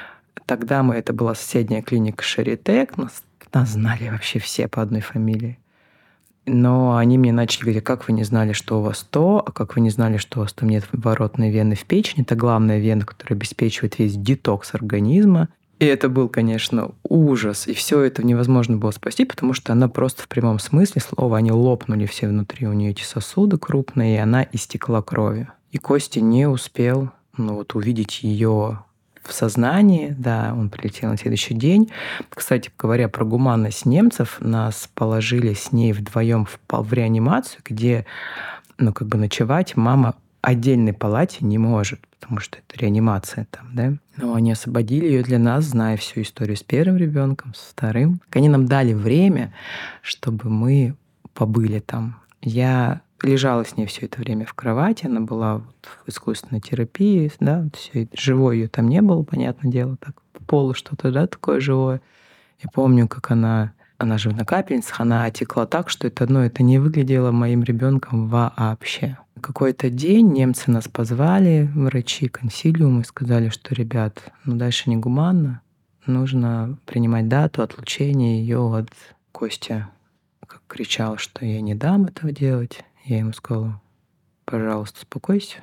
Тогда мы, это была соседняя клиника Шарите, нас, нас знали вообще все по одной фамилии. Но они мне начали говорить: как вы не знали, что у вас то, а как вы не знали, что у вас там нет воротной вены в печени. Это главная вена, которая обеспечивает весь детокс организма. И это был, конечно, ужас. И все это невозможно было спасти, потому что она просто в прямом смысле слова, они лопнули все внутри у нее эти сосуды крупные, и она истекла кровью. И Костя не успел, ну, вот, увидеть ее в сознании, да, он прилетел на следующий день. Кстати говоря, про гуманность немцев, нас положили с ней вдвоем в, в реанимацию, где, ну, как бы ночевать мама в отдельной палате не может, потому что это реанимация там, да. Но они освободили ее для нас, зная всю историю с первым ребенком, с вторым. Они нам дали время, чтобы мы побыли там. Я лежала с ней все это время в кровати, она была вот в искусственной терапии, да, все живой ее там не было, понятное дело, так по полу что-то, да, такое живое. Я помню, как она, она же на капельницах, она отекла так, что это, ну, это не выглядело моим ребенком вообще. Какой-то день немцы нас позвали, врачи, консилиум, и сказали, что, ребят, ну дальше негуманно, нужно принимать дату отлучения ее от Кости. Как кричал, что я не дам этого делать. Я ему сказала: пожалуйста, успокойся,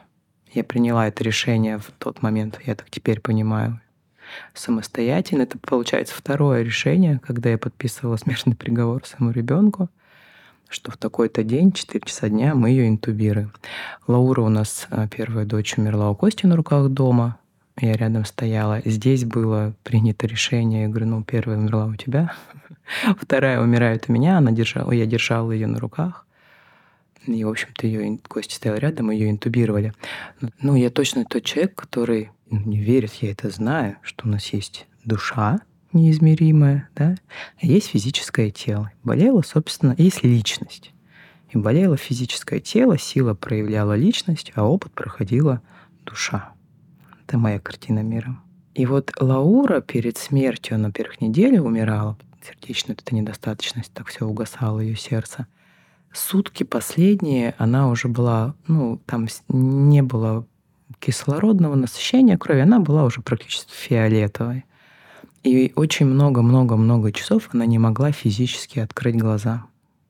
Я приняла это решение в тот момент, я так теперь понимаю, самостоятельно. Это, получается, второе решение, когда я подписывала смертный приговор своему ребенку, что в такой-то день, четыре часа дня, мы ее интубируем. Лаура у нас, а, первая дочь, умерла у Кости на руках дома. Я рядом стояла. Здесь было принято решение. Я говорю, ну, первая умерла у тебя, вторая умирает у меня. Она держала, я держала ее на руках. И, в общем-то, ее Костя стоял рядом, ее интубировали. Ну, я точно тот человек, который не верит, я это знаю, что у нас есть душа неизмеримая, да, а есть физическое тело. Болело, собственно, есть личность. И болело физическое тело, сила проявляла личность, а опыт проходила душа. Это моя картина мира. И вот Лаура перед смертью, она первых неделю умирала, сердечная вот эта недостаточность, так все угасало ее сердце. Сутки последние она уже была, ну, там не было кислородного насыщения крови, она была уже практически фиолетовой. И очень много-много-много часов она не могла физически открыть глаза.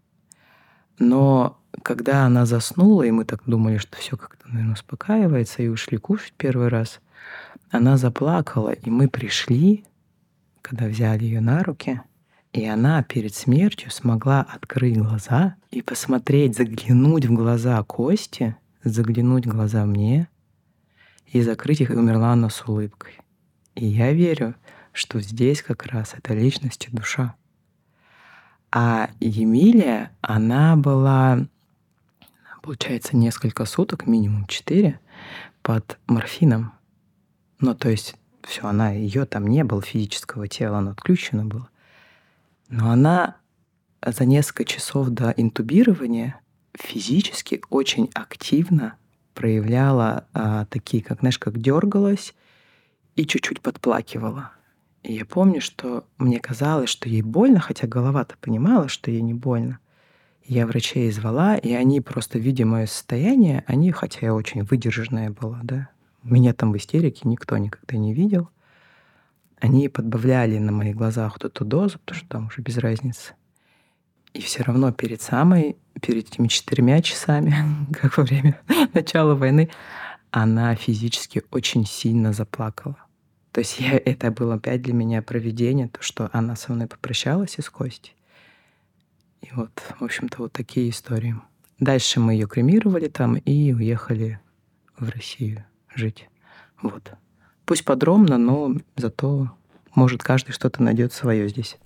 Но когда она заснула, и мы так думали, что все как-то, наверное, успокаивается, и ушли кушать первый раз, она заплакала, и мы пришли, когда взяли ее на руки, и она перед смертью смогла открыть глаза и посмотреть, заглянуть в глаза Кости, заглянуть в глаза мне, и закрыть их, и умерла она с улыбкой. И я верю, что здесь как раз это личность и душа. А Емилия, она была, получается, несколько суток, минимум четыре, под морфином. Ну, то есть все, она, ее там не было физического тела, она отключена была. Но она за несколько часов до интубирования физически очень активно проявляла а, такие, как, знаешь, как дергалась и чуть-чуть подплакивала. И я помню, что мне казалось, что ей больно, хотя голова-то понимала, что ей не больно. Я врачей звала, и они просто, видя мое состояние, они, хотя я очень выдержанная была, да, меня там в истерике никто никогда не видел, они подбавляли на моих глазах вот эту дозу, потому что там уже без разницы. И все равно перед самой, перед этими четырьмя часами, как во время начала войны, она физически очень сильно заплакала. То есть я, это было опять для меня провидение, то, что она со мной попрощалась из Кости. И вот, в общем-то, вот такие истории. Дальше мы ее кремировали там и уехали в Россию жить. Вот. Пусть подробно, но зато, может, каждый что-то найдет свое здесь.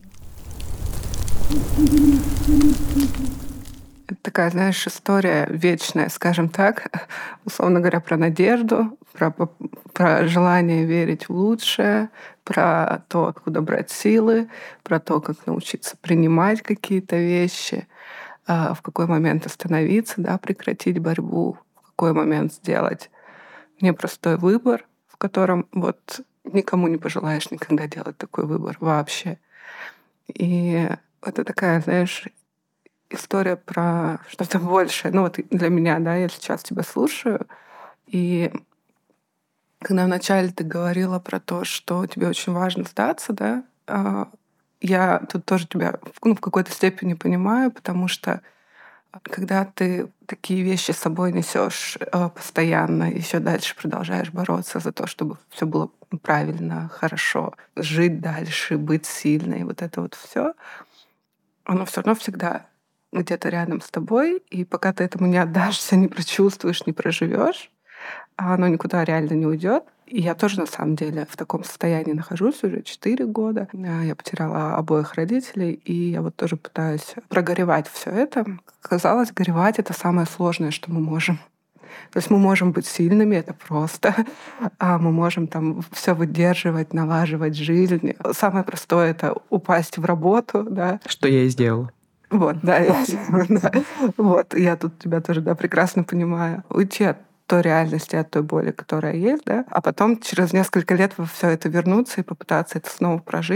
Это такая, знаешь, история вечная, скажем так, условно говоря, про надежду, про, про желание верить в лучшее, про то, откуда брать силы, про то, как научиться принимать какие-то вещи, в какой момент остановиться, да, прекратить борьбу, в какой момент сделать непростой выбор, в котором вот никому не пожелаешь никогда делать такой выбор вообще. И это такая, знаешь, история про что-то большее. Ну вот для меня, да, я сейчас тебя слушаю, и когда вначале ты говорила про то, что тебе очень важно сдаться, да, я тут тоже тебя, ну, в какой-то степени понимаю, потому что когда ты такие вещи с собой несешь постоянно, еще дальше продолжаешь бороться за то, чтобы все было правильно, хорошо, жить дальше, быть сильной, вот это вот все, оно все равно всегда где-то рядом с тобой, и пока ты этому не отдашься, не прочувствуешь, не проживешь, оно никуда реально не уйдет. И я тоже, на самом деле, в таком состоянии нахожусь уже четыре года. Я потеряла обоих родителей, и я вот тоже пытаюсь прогоревать все это. Казалось, горевать — это самое сложное, что мы можем. То есть мы можем быть сильными, это просто. А мы можем там все выдерживать, налаживать жизнь. Самое простое — это упасть в работу, да. Что я и сделала. Вот, да, я, да. Вот, я тут тебя тоже, да, прекрасно понимаю. Уйти от той реальности, от той боли, которая есть, да, а потом через несколько лет во все это вернуться и попытаться это снова прожить.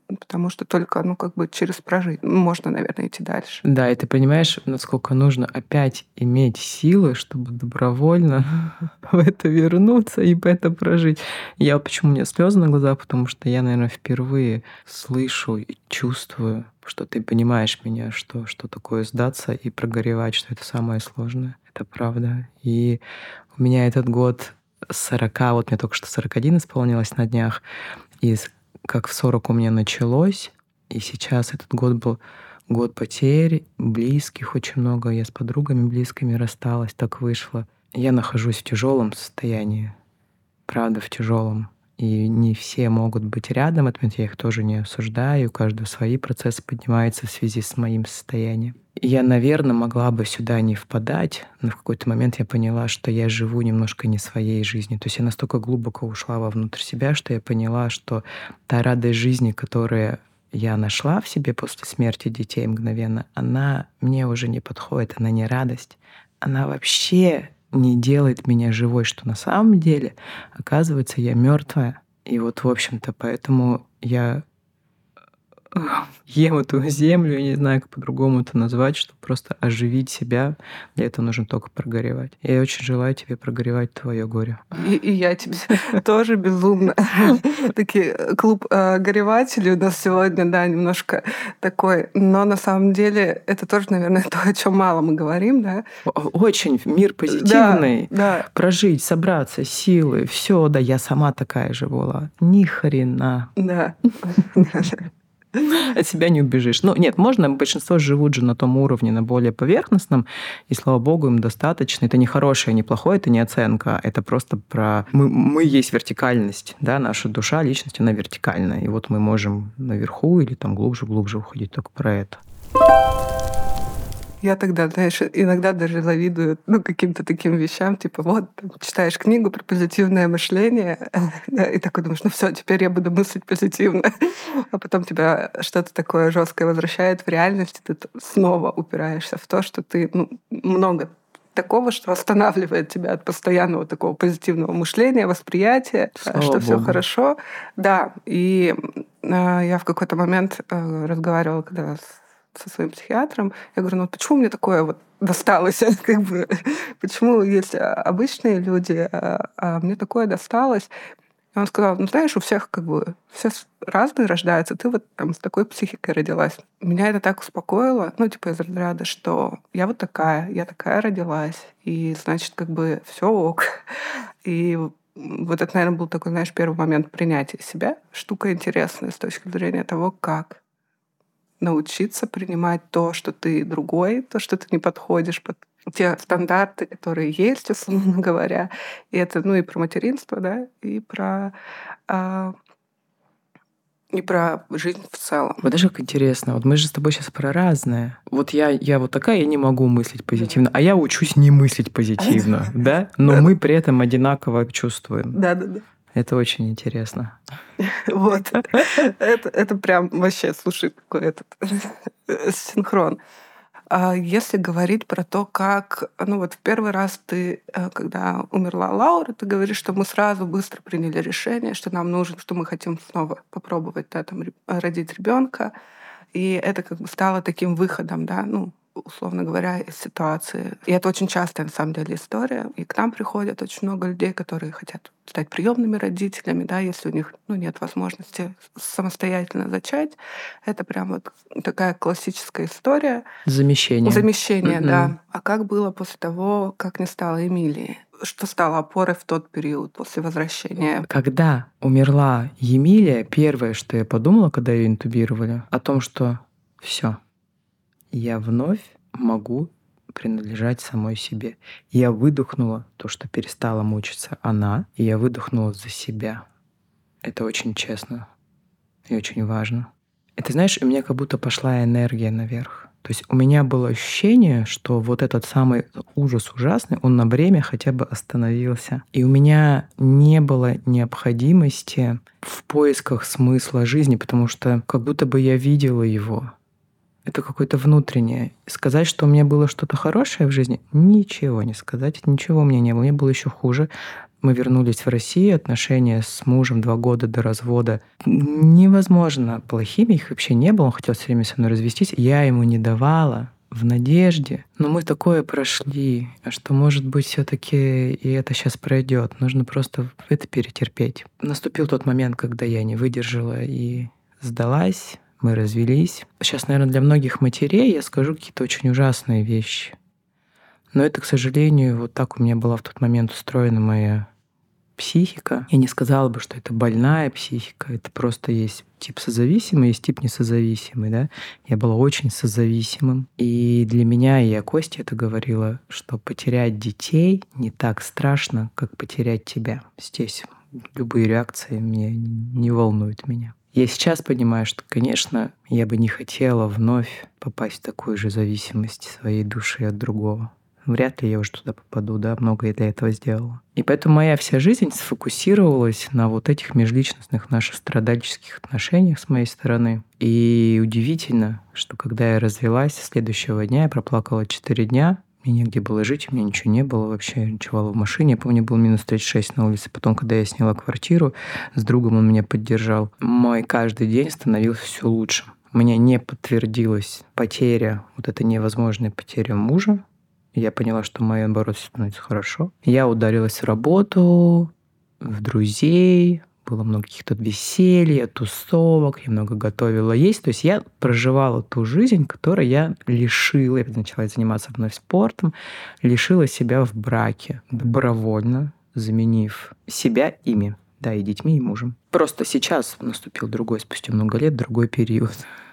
потому что только, ну, как бы через прожить можно, наверное, идти дальше. Да, и ты понимаешь, насколько нужно опять иметь силы, чтобы добровольно в это вернуться и это прожить. Я почему у меня слезы на глазах, потому что я, наверное, впервые слышу и чувствую, что ты понимаешь меня, что, что такое сдаться и прогоревать, что это самое сложное. Это правда. И у меня этот год с сорока, вот мне только что сорок один исполнилось на днях, и как в сорок у меня началось, и сейчас этот год был год потерь, близких очень много. Я с подругами близкими рассталась, так вышло. Я нахожусь в тяжелом состоянии, правда, в тяжелом. И не все могут быть рядом, это я их тоже не осуждаю, у каждого свои процессы поднимаются в связи с моим состоянием. И я, наверное, могла бы сюда не впадать, но в какой-то момент я поняла, что я живу немножко не своей жизнью. То есть я настолько глубоко ушла вовнутрь себя, что я поняла, что та радость жизни, которая я нашла в себе после смерти детей мгновенно, она мне уже не подходит, она не радость, она вообще не делает меня живой, что на самом деле, оказывается, я мертвая. И вот, в общем-то, поэтому я ем эту землю, я не знаю, как по-другому это назвать, чтобы просто оживить себя. Для этого нужно только прогоревать. Я очень желаю тебе прогоревать твое горе. И, и я тебе тоже безумно. Такие клуб э, горевателей у нас сегодня, да, немножко такой. Но на самом деле это тоже, наверное, то, о чем мало мы говорим, да. Очень мир позитивный. Да, да. Прожить, собраться, силы, все, да, я сама такая же была. Ни хрена. Да. От себя не убежишь. Ну, нет, можно, большинство живут же на том уровне, на более поверхностном, и, слава богу, им достаточно. Это не хорошее, не плохое, это не оценка, это просто про... Мы, мы есть вертикальность, да, наша душа, личность, она вертикальная. И вот мы можем наверху или там глубже-глубже уходить только про это. Я тогда, знаешь, иногда даже завидую, ну, каким-то таким вещам, типа, вот, там, читаешь книгу про позитивное мышление, да, и такой думаешь, ну все, теперь я буду мыслить позитивно. А потом тебя что-то такое жесткое возвращает в реальность, и ты снова упираешься в то, что ты, ну, много такого, что останавливает тебя от постоянного такого позитивного мышления, восприятия, Слава что все Богу. хорошо. Да, и э, я в какой-то момент э, разговаривала, когда с со своим психиатром. Я говорю, ну почему мне такое вот досталось? Как бы, почему есть обычные люди, а, а мне такое досталось? И он сказал, ну знаешь, у всех как бы все разные рождаются, ты вот там с такой психикой родилась. Меня это так успокоило, ну типа из разряда, что я вот такая, я такая родилась, и значит как бы все ок. И вот это, наверное, был такой, знаешь, первый момент принятия себя. Штука интересная с точки зрения того, как научиться принимать то, что ты другой, то, что ты не подходишь под те стандарты, которые есть, условно говоря. И это, ну, и про материнство, да, и про, а, и про жизнь в целом. Вот даже как интересно, вот мы же с тобой сейчас про разное. Вот я, я вот такая, я не могу мыслить позитивно, а я учусь не мыслить позитивно, да? Но мы при этом одинаково чувствуем. Да-да-да. Это очень интересно. Вот. Это, это прям вообще, слушай, какой этот синхрон. А если говорить про то, как... Ну вот в первый раз ты, когда умерла Лаура, ты говоришь, что мы сразу быстро приняли решение, что нам нужно, что мы хотим снова попробовать, да, там, родить ребенка. И это как бы стало таким выходом, да, ну, условно говоря, из ситуации. И это очень частая, на самом деле, история. И к нам приходят очень много людей, которые хотят стать приемными родителями, да, если у них, ну, нет возможности самостоятельно зачать. Это прям вот такая классическая история. Замещение. Замещение, Мгм. да. А как было после того, как не стало Эмилии? Что стало опорой в тот период после возвращения? Когда умерла Емилия, первое, что я подумала, когда ее интубировали, о том, что все, я вновь могу принадлежать самой себе. Я выдохнула то, что перестала мучиться она, и я выдохнула за себя. Это очень честно и очень важно. Это, знаешь, у меня как будто пошла энергия наверх. То есть у меня было ощущение, что вот этот самый ужас ужасный, он на время хотя бы остановился. И у меня не было необходимости в поисках смысла жизни, потому что как будто бы я видела его. Это какое-то внутреннее. Сказать, что у меня было что-то хорошее в жизни, ничего не сказать, ничего у меня не было. Мне было еще хуже. Мы вернулись в Россию, отношения с мужем два года до развода невозможно плохими, их вообще не было. Он хотел все время со мной развестись. Я ему не давала в надежде. Но мы такое прошли, что, может быть, все-таки и это сейчас пройдет. Нужно просто это перетерпеть. Наступил тот момент, когда я не выдержала и сдалась. Мы развелись. Сейчас, наверное, для многих матерей я скажу какие-то очень ужасные вещи. Но это, к сожалению, вот так у меня была в тот момент устроена моя психика. Я не сказала бы, что это больная психика. Это просто есть тип созависимый, есть тип несозависимый. Да? Я была очень созависимым. И для меня, и я Косте это говорила, что потерять детей не так страшно, как потерять тебя. Здесь любые реакции меня не волнуют меня. Я сейчас понимаю, что, конечно, я бы не хотела вновь попасть в такую же зависимость своей души от другого. Вряд ли я уже туда попаду, да, много я для этого сделала. И поэтому моя вся жизнь сфокусировалась на вот этих межличностных наших страдальческих отношениях с моей стороны. И удивительно, что когда я развелась, следующего дня я проплакала четыре дня, мне негде было жить, у меня ничего не было вообще, я ночевала в машине. Я помню, было минус тридцать шесть на улице. Потом, когда я сняла квартиру, с другом он меня поддержал. Мой каждый день становился все лучше. У меня не подтвердилась потеря, вот эта невозможная потеря мужа. Я поняла, что моя, наоборот, становится хорошо. Я ударилась в работу, в друзей, было много каких-то веселья, тусовок, я много готовила есть. То есть я проживала ту жизнь, которой я лишила, я начала заниматься вновь спортом, лишила себя в браке, добровольно заменив себя ими, да, и детьми, и мужем. Просто сейчас наступил другой, спустя много лет, другой период.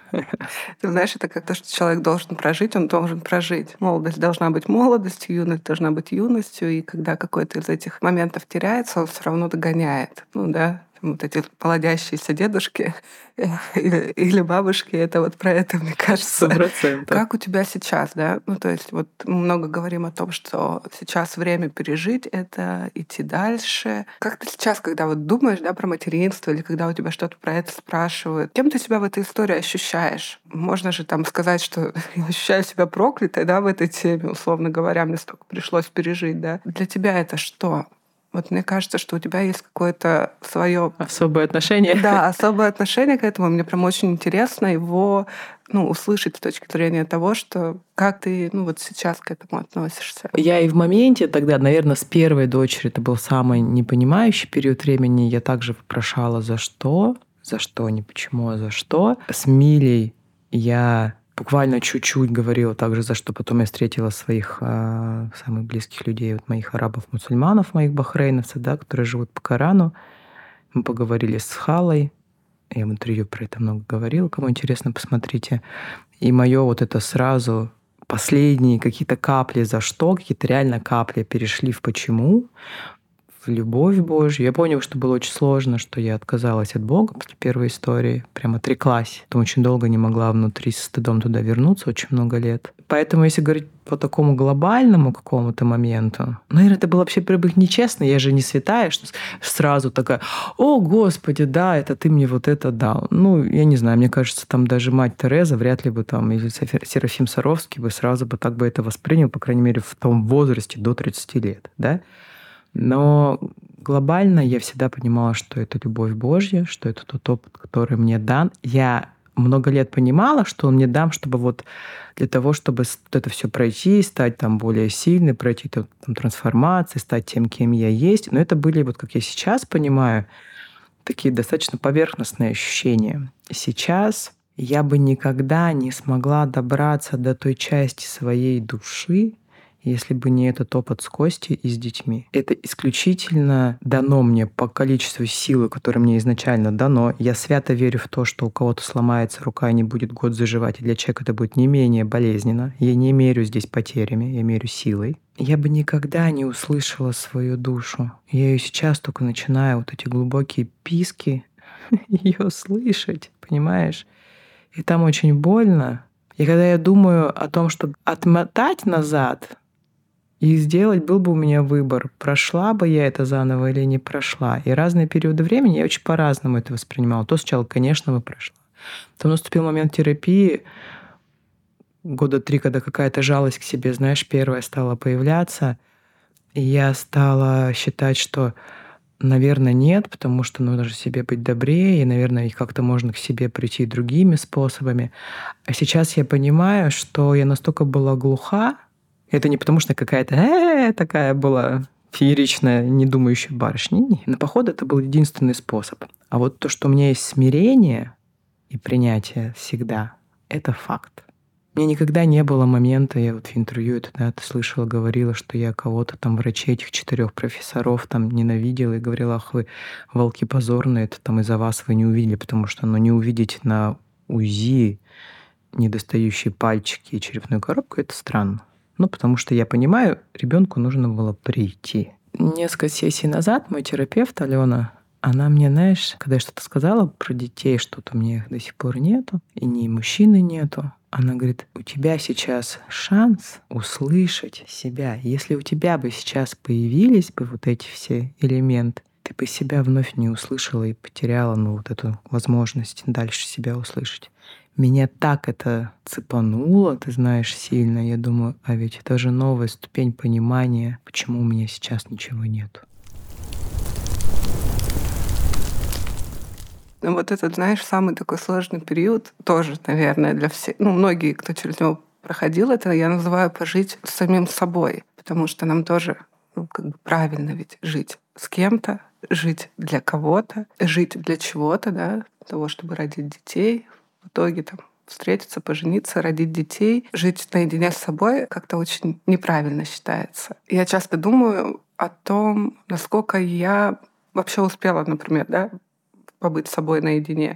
Ты знаешь, это как то, что человек должен прожить, он должен прожить. Молодость должна быть молодостью, юность должна быть юностью, и когда какой-то из этих моментов теряется, он все равно догоняет. Ну да, вот эти плодящиеся дедушки или, или бабушки, это вот про это, мне кажется. Сто процентов. Как у тебя сейчас, да? Ну, то есть вот мы много говорим о том, что сейчас время пережить — это идти дальше. Как ты сейчас, когда вот думаешь, да, про материнство, или когда у тебя что-то про это спрашивают, кем ты себя в этой истории ощущаешь? Можно же там сказать, что я ощущаю себя проклятой, да, в этой теме, условно говоря, мне столько пришлось пережить, да. Для тебя это что? Вот мне кажется, что у тебя есть какое-то свое особое отношение. Да, особое отношение к этому. Мне прям очень интересно его, ну, услышать с точки зрения того, что как ты, ну, вот сейчас к этому относишься. Я и в моменте тогда, наверное, с первой дочерью, это был самый непонимающий период времени, я также вопрошала, за что, за что, не почему, а за что. С Милей я буквально чуть-чуть говорила также, за что потом я встретила своих э, самых близких людей, вот моих арабов-мусульманов, моих бахрейновцев, да, которые живут по Корану. Мы поговорили с Халой. Я в интервью про это много говорила. Кому интересно, посмотрите. И мое вот это сразу последние какие-то капли за что, какие-то реально капли перешли в почему, в любовь Божью. Я поняла, что было очень сложно, что я отказалась от Бога после первой истории. Прям отреклась. Потом очень долго не могла внутри со стыдом туда вернуться, очень много лет. Поэтому, если говорить по такому глобальному какому-то моменту, наверное, это было вообще, во-первых, нечестно. Я же не святая, что сразу такая: «О, Господи, да, это ты мне вот это дал». Ну, я не знаю, мне кажется, там даже мать Тереза вряд ли бы там, или Серафим Саровский бы сразу бы так бы это воспринял, по крайней мере, в том возрасте до тридцати лет, да? Но глобально я всегда понимала, что это любовь Божья, что это тот опыт, который мне дан. Я много лет понимала, что он мне дан, чтобы вот для того, чтобы это все пройти, стать там более сильной, пройти там, трансформации, стать тем, кем я есть. Но это были, вот как я сейчас понимаю, такие достаточно поверхностные ощущения. Сейчас я бы никогда не смогла добраться до той части своей души, если бы не этот опыт с Костей и с детьми. Это исключительно дано мне по количеству силы, которое мне изначально дано. Я свято верю в то, что у кого-то сломается рука и не будет год заживать, и для человека это будет не менее болезненно. Я не мерю здесь потерями, я мерю силой. Я бы никогда не услышала свою душу. Я ее сейчас только начинаю, вот эти глубокие писки, ее слышать, понимаешь? И там очень больно. И когда я думаю о том, чтобы отмотать назад и сделать, был бы у меня выбор, прошла бы я это заново или не прошла. И разные периоды времени я очень по-разному это воспринимала. То сначала, конечно, бы прошла. То наступил момент терапии, года три, когда какая-то жалость к себе, знаешь, первая стала появляться. И я стала считать, что, наверное, нет, потому что нужно же себе быть добрее, и, наверное, и как-то можно к себе прийти другими способами. А сейчас я понимаю, что я настолько была глуха. Это не потому, что какая-то э такая была фееричная, не думающая барышня. Не, на походу это был единственный способ. А вот то, что у меня есть смирение и принятие всегда, это факт. Мне никогда не было момента, я вот в интервью это, да, ты слышала, говорила, что я кого-то там, врачей, этих четырех профессоров там ненавидела и говорила: ах, вы волки позорные, это там из-за вас вы не увидели, потому что, ну, не увидеть на УЗИ недостающие пальчики и черепную коробку — это странно. Ну, потому что я понимаю, ребенку нужно было прийти. Несколько сессий назад мой терапевт Алена, она мне, знаешь, когда я что-то сказала про детей, что-то у меня их до сих пор нету, и ни мужчины нету, она говорит: у тебя сейчас шанс услышать себя. Если у тебя бы сейчас появились бы вот эти все элементы, ты бы себя вновь не услышала и потеряла, ну, вот эту возможность дальше себя услышать. Меня так это цепануло, ты знаешь, сильно. Я думаю, а ведь это же новая ступень понимания, почему у меня сейчас ничего нет. Ну, вот этот, знаешь, самый такой сложный период тоже, наверное, для всех. Ну, многие, кто через него проходил это, я называю пожить с самим собой. Потому что нам тоже, ну, как бы правильно ведь жить с кем-то, жить для кого-то, жить для чего-то, да, для того, чтобы родить детей. В итоге там встретиться, пожениться, родить детей, жить наедине с собой как-то очень неправильно считается. Я часто думаю о том, насколько я вообще успела, например, да, побыть с собой наедине.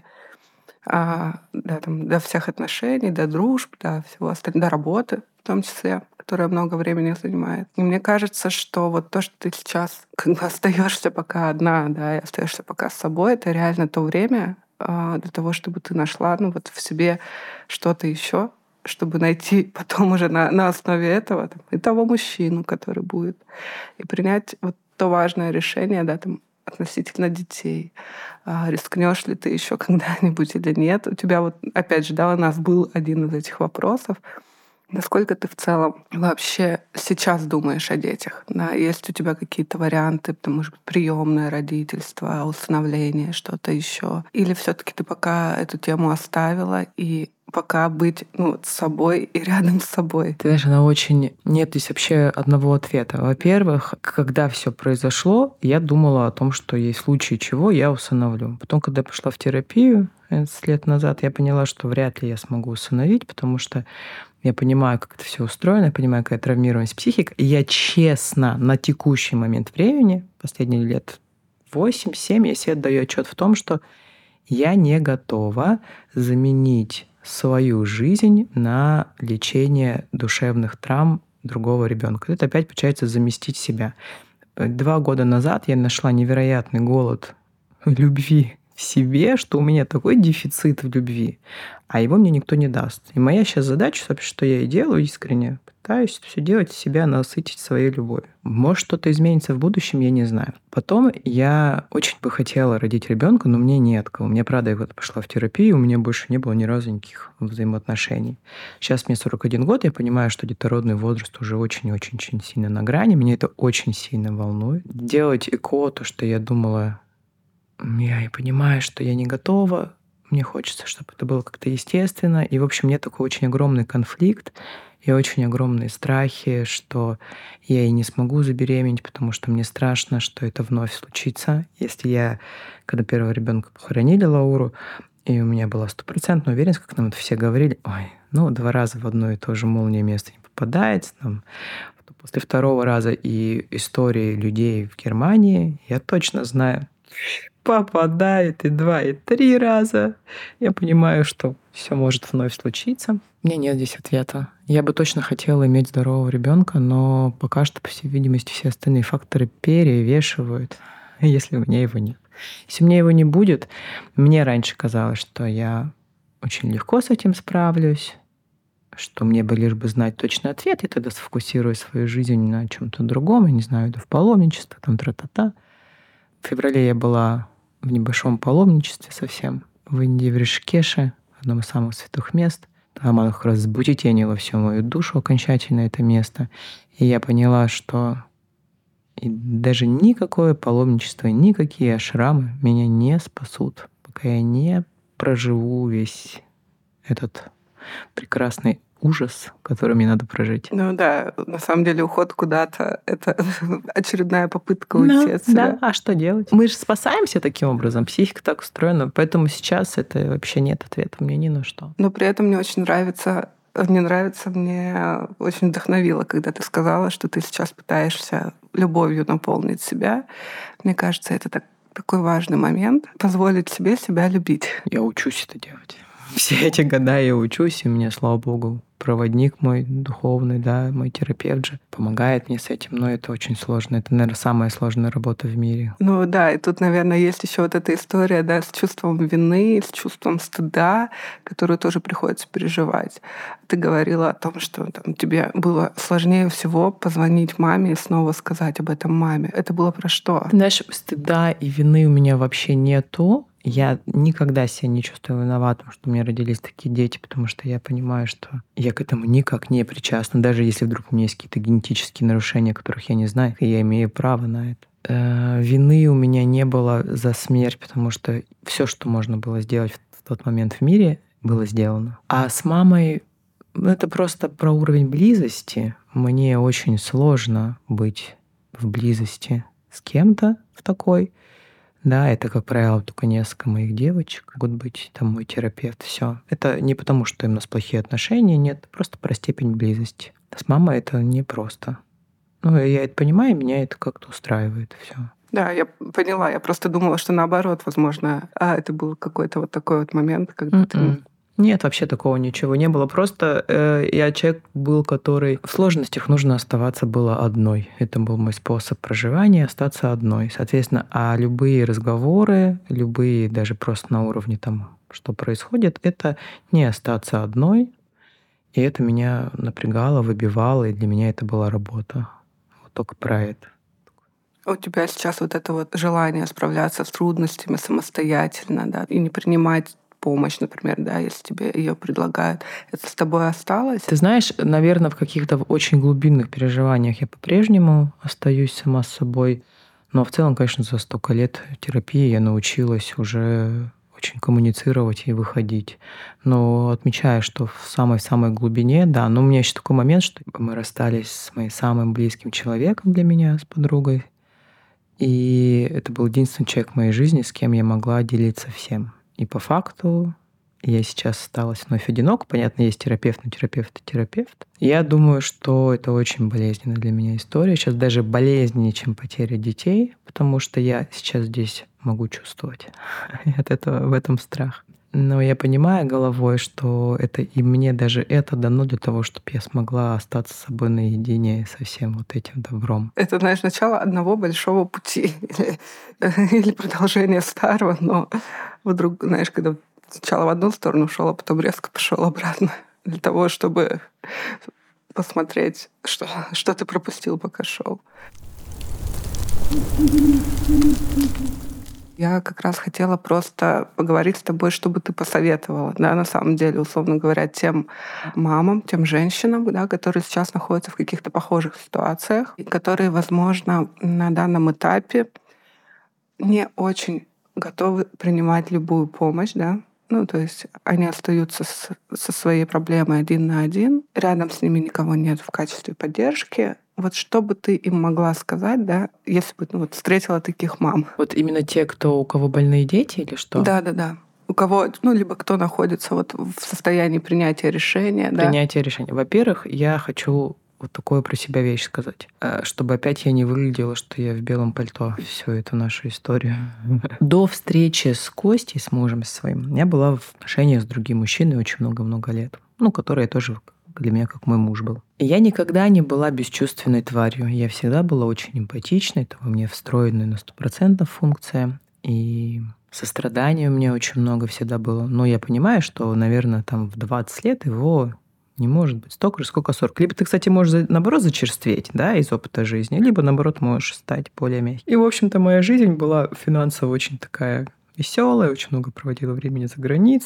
А, да, там, до всех отношений, до дружб, до всего остального, до работы в том числе, которая много времени занимает. И мне кажется, что вот то, что ты сейчас как бы остаешься пока одна, да, и остаешься пока с собой, это реально то время а, для того, чтобы ты нашла, ну, вот в себе что-то еще, чтобы найти потом уже на, на основе этого там, и того мужчину, который будет, и принять вот то важное решение, да, там, относительно детей. А, рискнешь ли ты еще когда-нибудь или нет? У тебя вот, опять же, да, у нас был один из этих вопросов. Насколько ты в целом вообще сейчас думаешь о детях? Да? Есть у тебя какие-то варианты, там, может быть, приемное родительство, усыновление, что-то еще? Или все-таки ты пока эту тему оставила и пока быть, ну, вот с собой и рядом с собой? Ты знаешь, она очень... Нет здесь вообще одного ответа. Во-первых, когда все произошло, я думала о том, что есть случаи чего я усыновлю. Потом, когда я пошла в терапию одиннадцать лет назад, я поняла, что вряд ли я смогу усыновить, потому что я понимаю, как это все устроено, я понимаю, какая травмированность психики. И я честно на текущий момент времени, последние лет восемь-семь, я себе отдаю отчет в том, что я не готова заменить свою жизнь на лечение душевных травм другого ребенка. Это опять получается заместить себя. Два года назад я нашла невероятный голод любви в себе, что у меня такой дефицит в любви, а его мне никто не даст. И моя сейчас задача, собственно, что я и делаю искренне, пытаюсь все делать, себя насытить своей любовью. Может, что-то изменится в будущем, я не знаю. Потом я очень бы хотела родить ребенка, но мне не от кого. Мне, правда, я вот пошла в терапию, у меня больше не было ни разу никаких взаимоотношений. Сейчас мне сорок один год, я понимаю, что детородный возраст уже очень-очень-очень сильно на грани, меня это очень сильно волнует. Делать ЭКО, то, что я думала, я и понимаю, что я не готова, мне хочется, чтобы это было как-то естественно. И, в общем, мне такой очень огромный конфликт и очень огромные страхи, что я и не смогу забеременеть, потому что мне страшно, что это вновь случится. Если я, когда первого ребенка похоронили, Лауру, и у меня была стопроцентная уверенность, как нам это все говорили, ой, ну, два раза в одно и то же молния место не попадается. Там, после второго раза и истории людей в Германии, я точно знаю, попадает и два, и три раза. Я понимаю, что все может вновь случиться. У меня нет здесь ответа. Я бы точно хотела иметь здорового ребенка, но пока что, по всей видимости, все остальные факторы перевешивают, если у меня его нет. Если у меня его не будет, мне раньше казалось, что я очень легко с этим справлюсь, что мне бы лишь бы знать точный ответ, и тогда сфокусирую свою жизнь на чем-то другом, я не знаю, иду в паломничество, там тра-та-та. В феврале я была в небольшом паломничестве совсем в Индии, в Ришикеше, одном из самых святых мест. Там оно как раз сбутетенило всю мою душу окончательно, это место. И я поняла, что И даже никакое паломничество, никакие шрамы меня не спасут, пока я не проживу весь этот прекрасный ужас, который мне надо прожить. Ну да, на самом деле уход куда-то — это очередная попытка Да, уйти от себя. да, а что делать? Мы же спасаемся таким образом, психика так устроена, поэтому сейчас это вообще нет ответа мне ни на что. Но при этом мне очень нравится, мне нравится, мне очень вдохновило, когда ты сказала, что ты сейчас пытаешься любовью наполнить себя. Мне кажется, это так, такой важный момент — позволить себе себя любить. Я учусь это делать. Все эти года я учусь, и мне, слава богу, проводник мой духовный, да, мой терапевт же помогает мне с этим, но это очень сложно. Это, наверное, самая сложная работа в мире. Ну да, и тут, наверное, есть еще вот эта история, да, с чувством вины, с чувством стыда, которую тоже приходится переживать. Ты говорила о том, что там, тебе было сложнее всего позвонить маме и снова сказать об этом маме. Это было про что? Знаешь, стыда и вины у меня вообще нету. Я никогда себя не чувствую виноватым, что у меня родились такие дети, потому что я понимаю, что я к этому никак не причастна. Даже если вдруг у меня есть какие-то генетические нарушения, которых я не знаю, и я имею право на это. Э, вины у меня не было за смерть, потому что все, что можно было сделать в тот момент в мире, было сделано. А с мамой это просто про уровень близости. Мне очень сложно быть в близости с кем-то в такой. Да, это, как правило, только несколько моих девочек могут быть, там мой терапевт, все. Это не потому, что у нас плохие отношения, нет, просто про степень близости. С мамой это непросто. Ну, я это понимаю, и меня это как-то устраивает, все. Да, я поняла. Я просто думала, что наоборот, возможно, а это был какой-то вот такой вот момент, когда ты... Mm-mm. Нет, вообще такого ничего не было. Просто э, я человек был, который в сложностях нужно оставаться было одной. Это был мой способ проживания — остаться одной. Соответственно, а любые разговоры, любые даже просто на уровне там, что происходит, это не остаться одной. И это меня напрягало, выбивало, и для меня это была работа. Вот только про это. У тебя сейчас вот это вот желание справляться с трудностями самостоятельно, да, и не принимать помощь, например, да, если тебе ее предлагают, это с тобой осталось? Ты знаешь, наверное, в каких-то очень глубинных переживаниях я по-прежнему остаюсь сама с собой. Но в целом, конечно, за столько лет терапии я научилась уже очень коммуницировать и выходить. Но отмечаю, что в самой-самой глубине, да, но у меня еще такой момент, что мы расстались с моим самым близким человеком для меня, с подругой. И это был единственный человек в моей жизни, с кем я могла делиться всем. И по факту я сейчас осталась вновь одинока. Понятно, есть терапевт, но терапевт и терапевт. Я думаю, что это очень болезненная для меня история. Сейчас даже болезненнее, чем потеря детей, потому что я сейчас здесь могу чувствовать. И от этого в этом страх. Но я понимаю головой, что это и мне даже это дано для того, чтобы я смогла остаться с собой наедине со всем вот этим добром. Это, знаешь, начало одного большого пути или, или продолжение старого, но вдруг, знаешь, когда сначала в одну сторону шел, а потом резко пошел обратно для того, чтобы посмотреть, что, что ты пропустил, пока шел. Я как раз хотела просто поговорить с тобой, чтобы ты посоветовала, да, на самом деле, условно говоря, тем мамам, тем женщинам, да, которые сейчас находятся в каких-то похожих ситуациях, и которые, возможно, на данном этапе не очень готовы принимать любую помощь, да. Ну, то есть они остаются с, со своей проблемой один на один, рядом с ними никого нет в качестве поддержки. Вот что бы ты им могла сказать, да, если бы ну, вот встретила таких мам? Вот именно те, кто, у кого больные дети или что? Да, да, да. У кого, ну, либо кто находится вот в состоянии принятия решения. Принятие да? решения. Во-первых, я хочу вот такое про себя вещь сказать, чтобы опять я не выглядела, что я в белом пальто всю эту нашу историю. До встречи с Костей, с мужем своим, я была в отношениях с другим мужчиной очень много-много лет, ну, который тоже для меня как мой муж был. И я никогда не была бесчувственной тварью. Я всегда была очень эмпатичной, это во мне встроенная на сто процентов функция. И сострадания у меня очень много всегда было. Но я понимаю, что, наверное, там в двадцать лет его не может быть столько же, сколько сорок. Либо ты, кстати, можешь, наоборот, зачерстветь, да, из опыта жизни, либо, наоборот, можешь стать более мягким. И, в общем-то, моя жизнь была финансово очень такая веселая, очень много проводила времени за границей.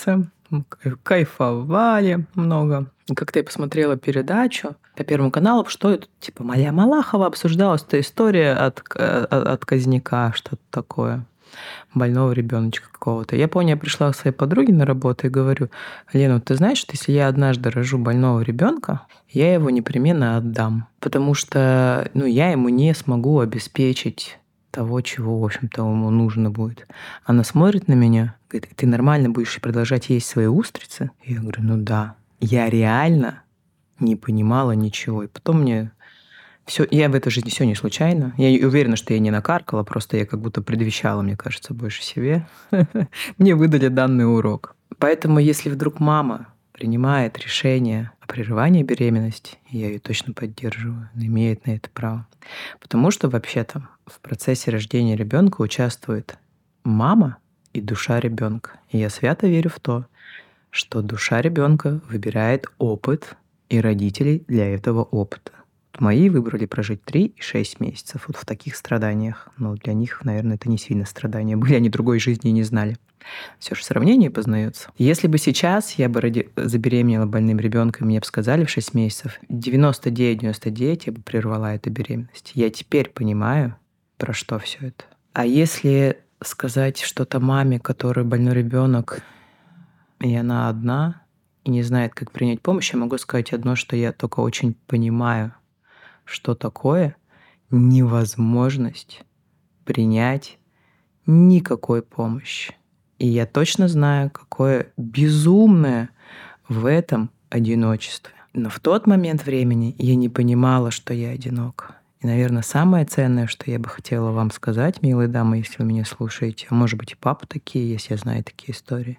кайфовали много. Как-то я посмотрела передачу по Первому каналу, что это, типа, Мария Малахова обсуждалась эта история от, от, от казняка, что-то такое, больного ребеночка какого-то. Я помню, я пришла к своей подруге на работу и говорю: Лена, ты знаешь, что если я однажды рожу больного ребенка, я его непременно отдам, потому что ну, я ему не смогу обеспечить того, чего, в общем-то, ему нужно будет. Она смотрит на меня, говорит: ты нормально будешь продолжать есть свои устрицы? Я говорю: ну да. Я реально не понимала ничего. И потом мне все, я в этой жизни все не случайно. Я уверена, что я не накаркала, просто я как будто предвещала, мне кажется, больше себе. Мне выдали данный урок. Поэтому, если вдруг мама принимает решение о прерывании беременности, я ее точно поддерживаю, она имеет на это право. Потому что вообще-то в процессе рождения ребенка участвует мама и душа ребенка. И я свято верю в то, что душа ребенка выбирает опыт и родителей для этого опыта. Вот мои выбрали прожить три и шесть месяцев вот в таких страданиях. Но для них, наверное, это не сильно страдания были, они другой жизни не знали. Все же сравнение познается. Если бы сейчас я бы ради... забеременела больным ребенком, мне бы сказали в шесть месяцев, девяносто девять девяносто девять я бы прервала эту беременность. Я теперь понимаю, про что все это. А если сказать что-то маме, которой больной ребенок, и она одна, и не знает, как принять помощь, я могу сказать одно, что я только очень понимаю, что такое невозможность принять никакой помощи. И я точно знаю, какое безумное в этом одиночестве. Но в тот момент времени я не понимала, что я одинока. И, наверное, самое ценное, что я бы хотела вам сказать, милые дамы, если вы меня слушаете, а может быть и папа такие, если я знаю такие истории,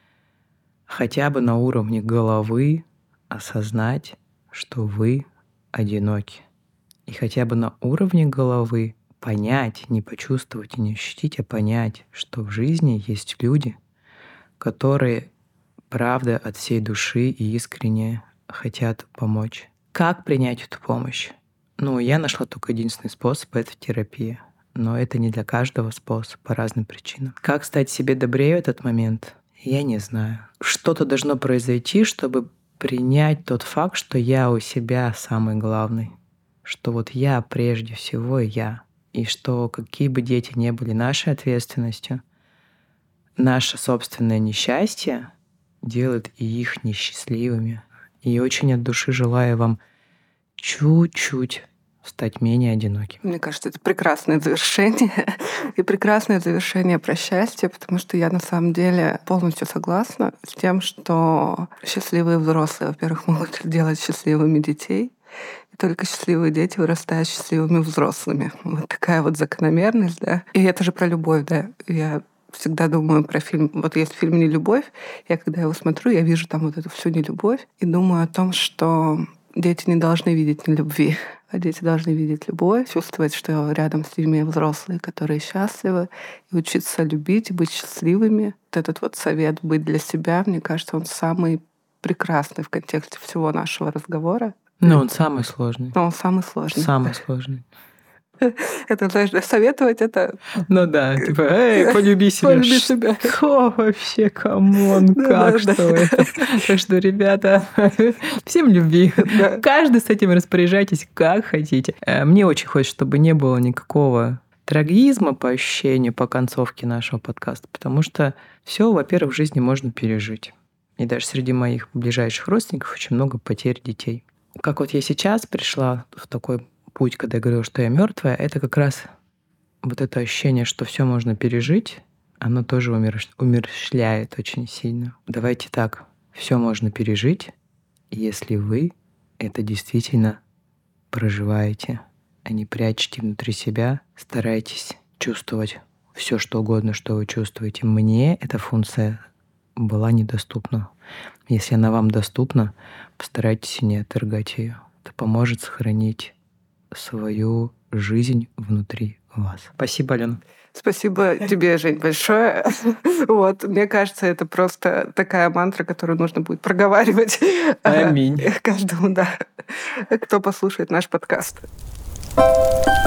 хотя бы на уровне головы осознать, что вы одиноки. И хотя бы на уровне головы понять, не почувствовать и не ощутить, а понять, что в жизни есть люди, которые, правда, от всей души и искренне хотят помочь. Как принять эту помощь? Ну, я нашла только единственный способ — это терапия. Но это не для каждого способ по разным причинам. Как стать себе добрее в этот момент? Я не знаю. Что-то должно произойти, чтобы принять тот факт, что я у себя самый главный. Что вот я прежде всего я. И что какие бы дети не были нашей ответственностью, наше собственное несчастье делает и их несчастливыми. И очень от души желаю вам чуть-чуть стать менее одиноким. Мне кажется, это прекрасное завершение. И прекрасное завершение про счастье, потому что я на самом деле полностью согласна с тем, что счастливые взрослые, во-первых, могут делать счастливыми детей, и только счастливые дети вырастают счастливыми взрослыми. Вот такая вот закономерность, да. И это же про любовь, да. Я всегда думаю про фильм. Вот есть фильм «Нелюбовь». Я когда его смотрю, я вижу там вот эту всю нелюбовь и думаю о том, что дети не должны видеть нелюбви, а дети должны видеть любовь, чувствовать, что рядом с ними взрослые, которые счастливы, и учиться любить, и быть счастливыми. Вот этот вот совет быть для себя, мне кажется, он самый прекрасный в контексте всего нашего разговора. Но он самый сложный. Но он самый сложный. Самый сложный. Это, знаешь, советовать это... Ну да, типа, эй, полюби себя. Полюби себя. Что вообще, камон, как, что это? Так что, ребята, всем любви. Каждый с этим распоряжайтесь как хотите. Мне очень хочется, чтобы не было никакого трагизма по ощущению, по концовке нашего подкаста, потому что все, во-первых, в жизни можно пережить. И даже среди моих ближайших родственников очень много потерь детей. Как вот я сейчас пришла в такой путь, когда я говорила, что я мертвая, это как раз вот это ощущение, что все можно пережить, оно тоже умерщ... умерщвляет очень сильно. Давайте так, все можно пережить, если вы это действительно проживаете, а не прячете внутри себя, старайтесь чувствовать все, что угодно, что вы чувствуете. Мне эта функция была недоступна. Если она вам доступна, постарайтесь не отвергать ее. Это поможет сохранить свою жизнь внутри вас. Спасибо, Алена. Спасибо тебе, Жень, большое. Вот, мне кажется, это просто такая мантра, которую нужно будет проговаривать. Аминь. Каждому, да, кто послушает наш подкаст.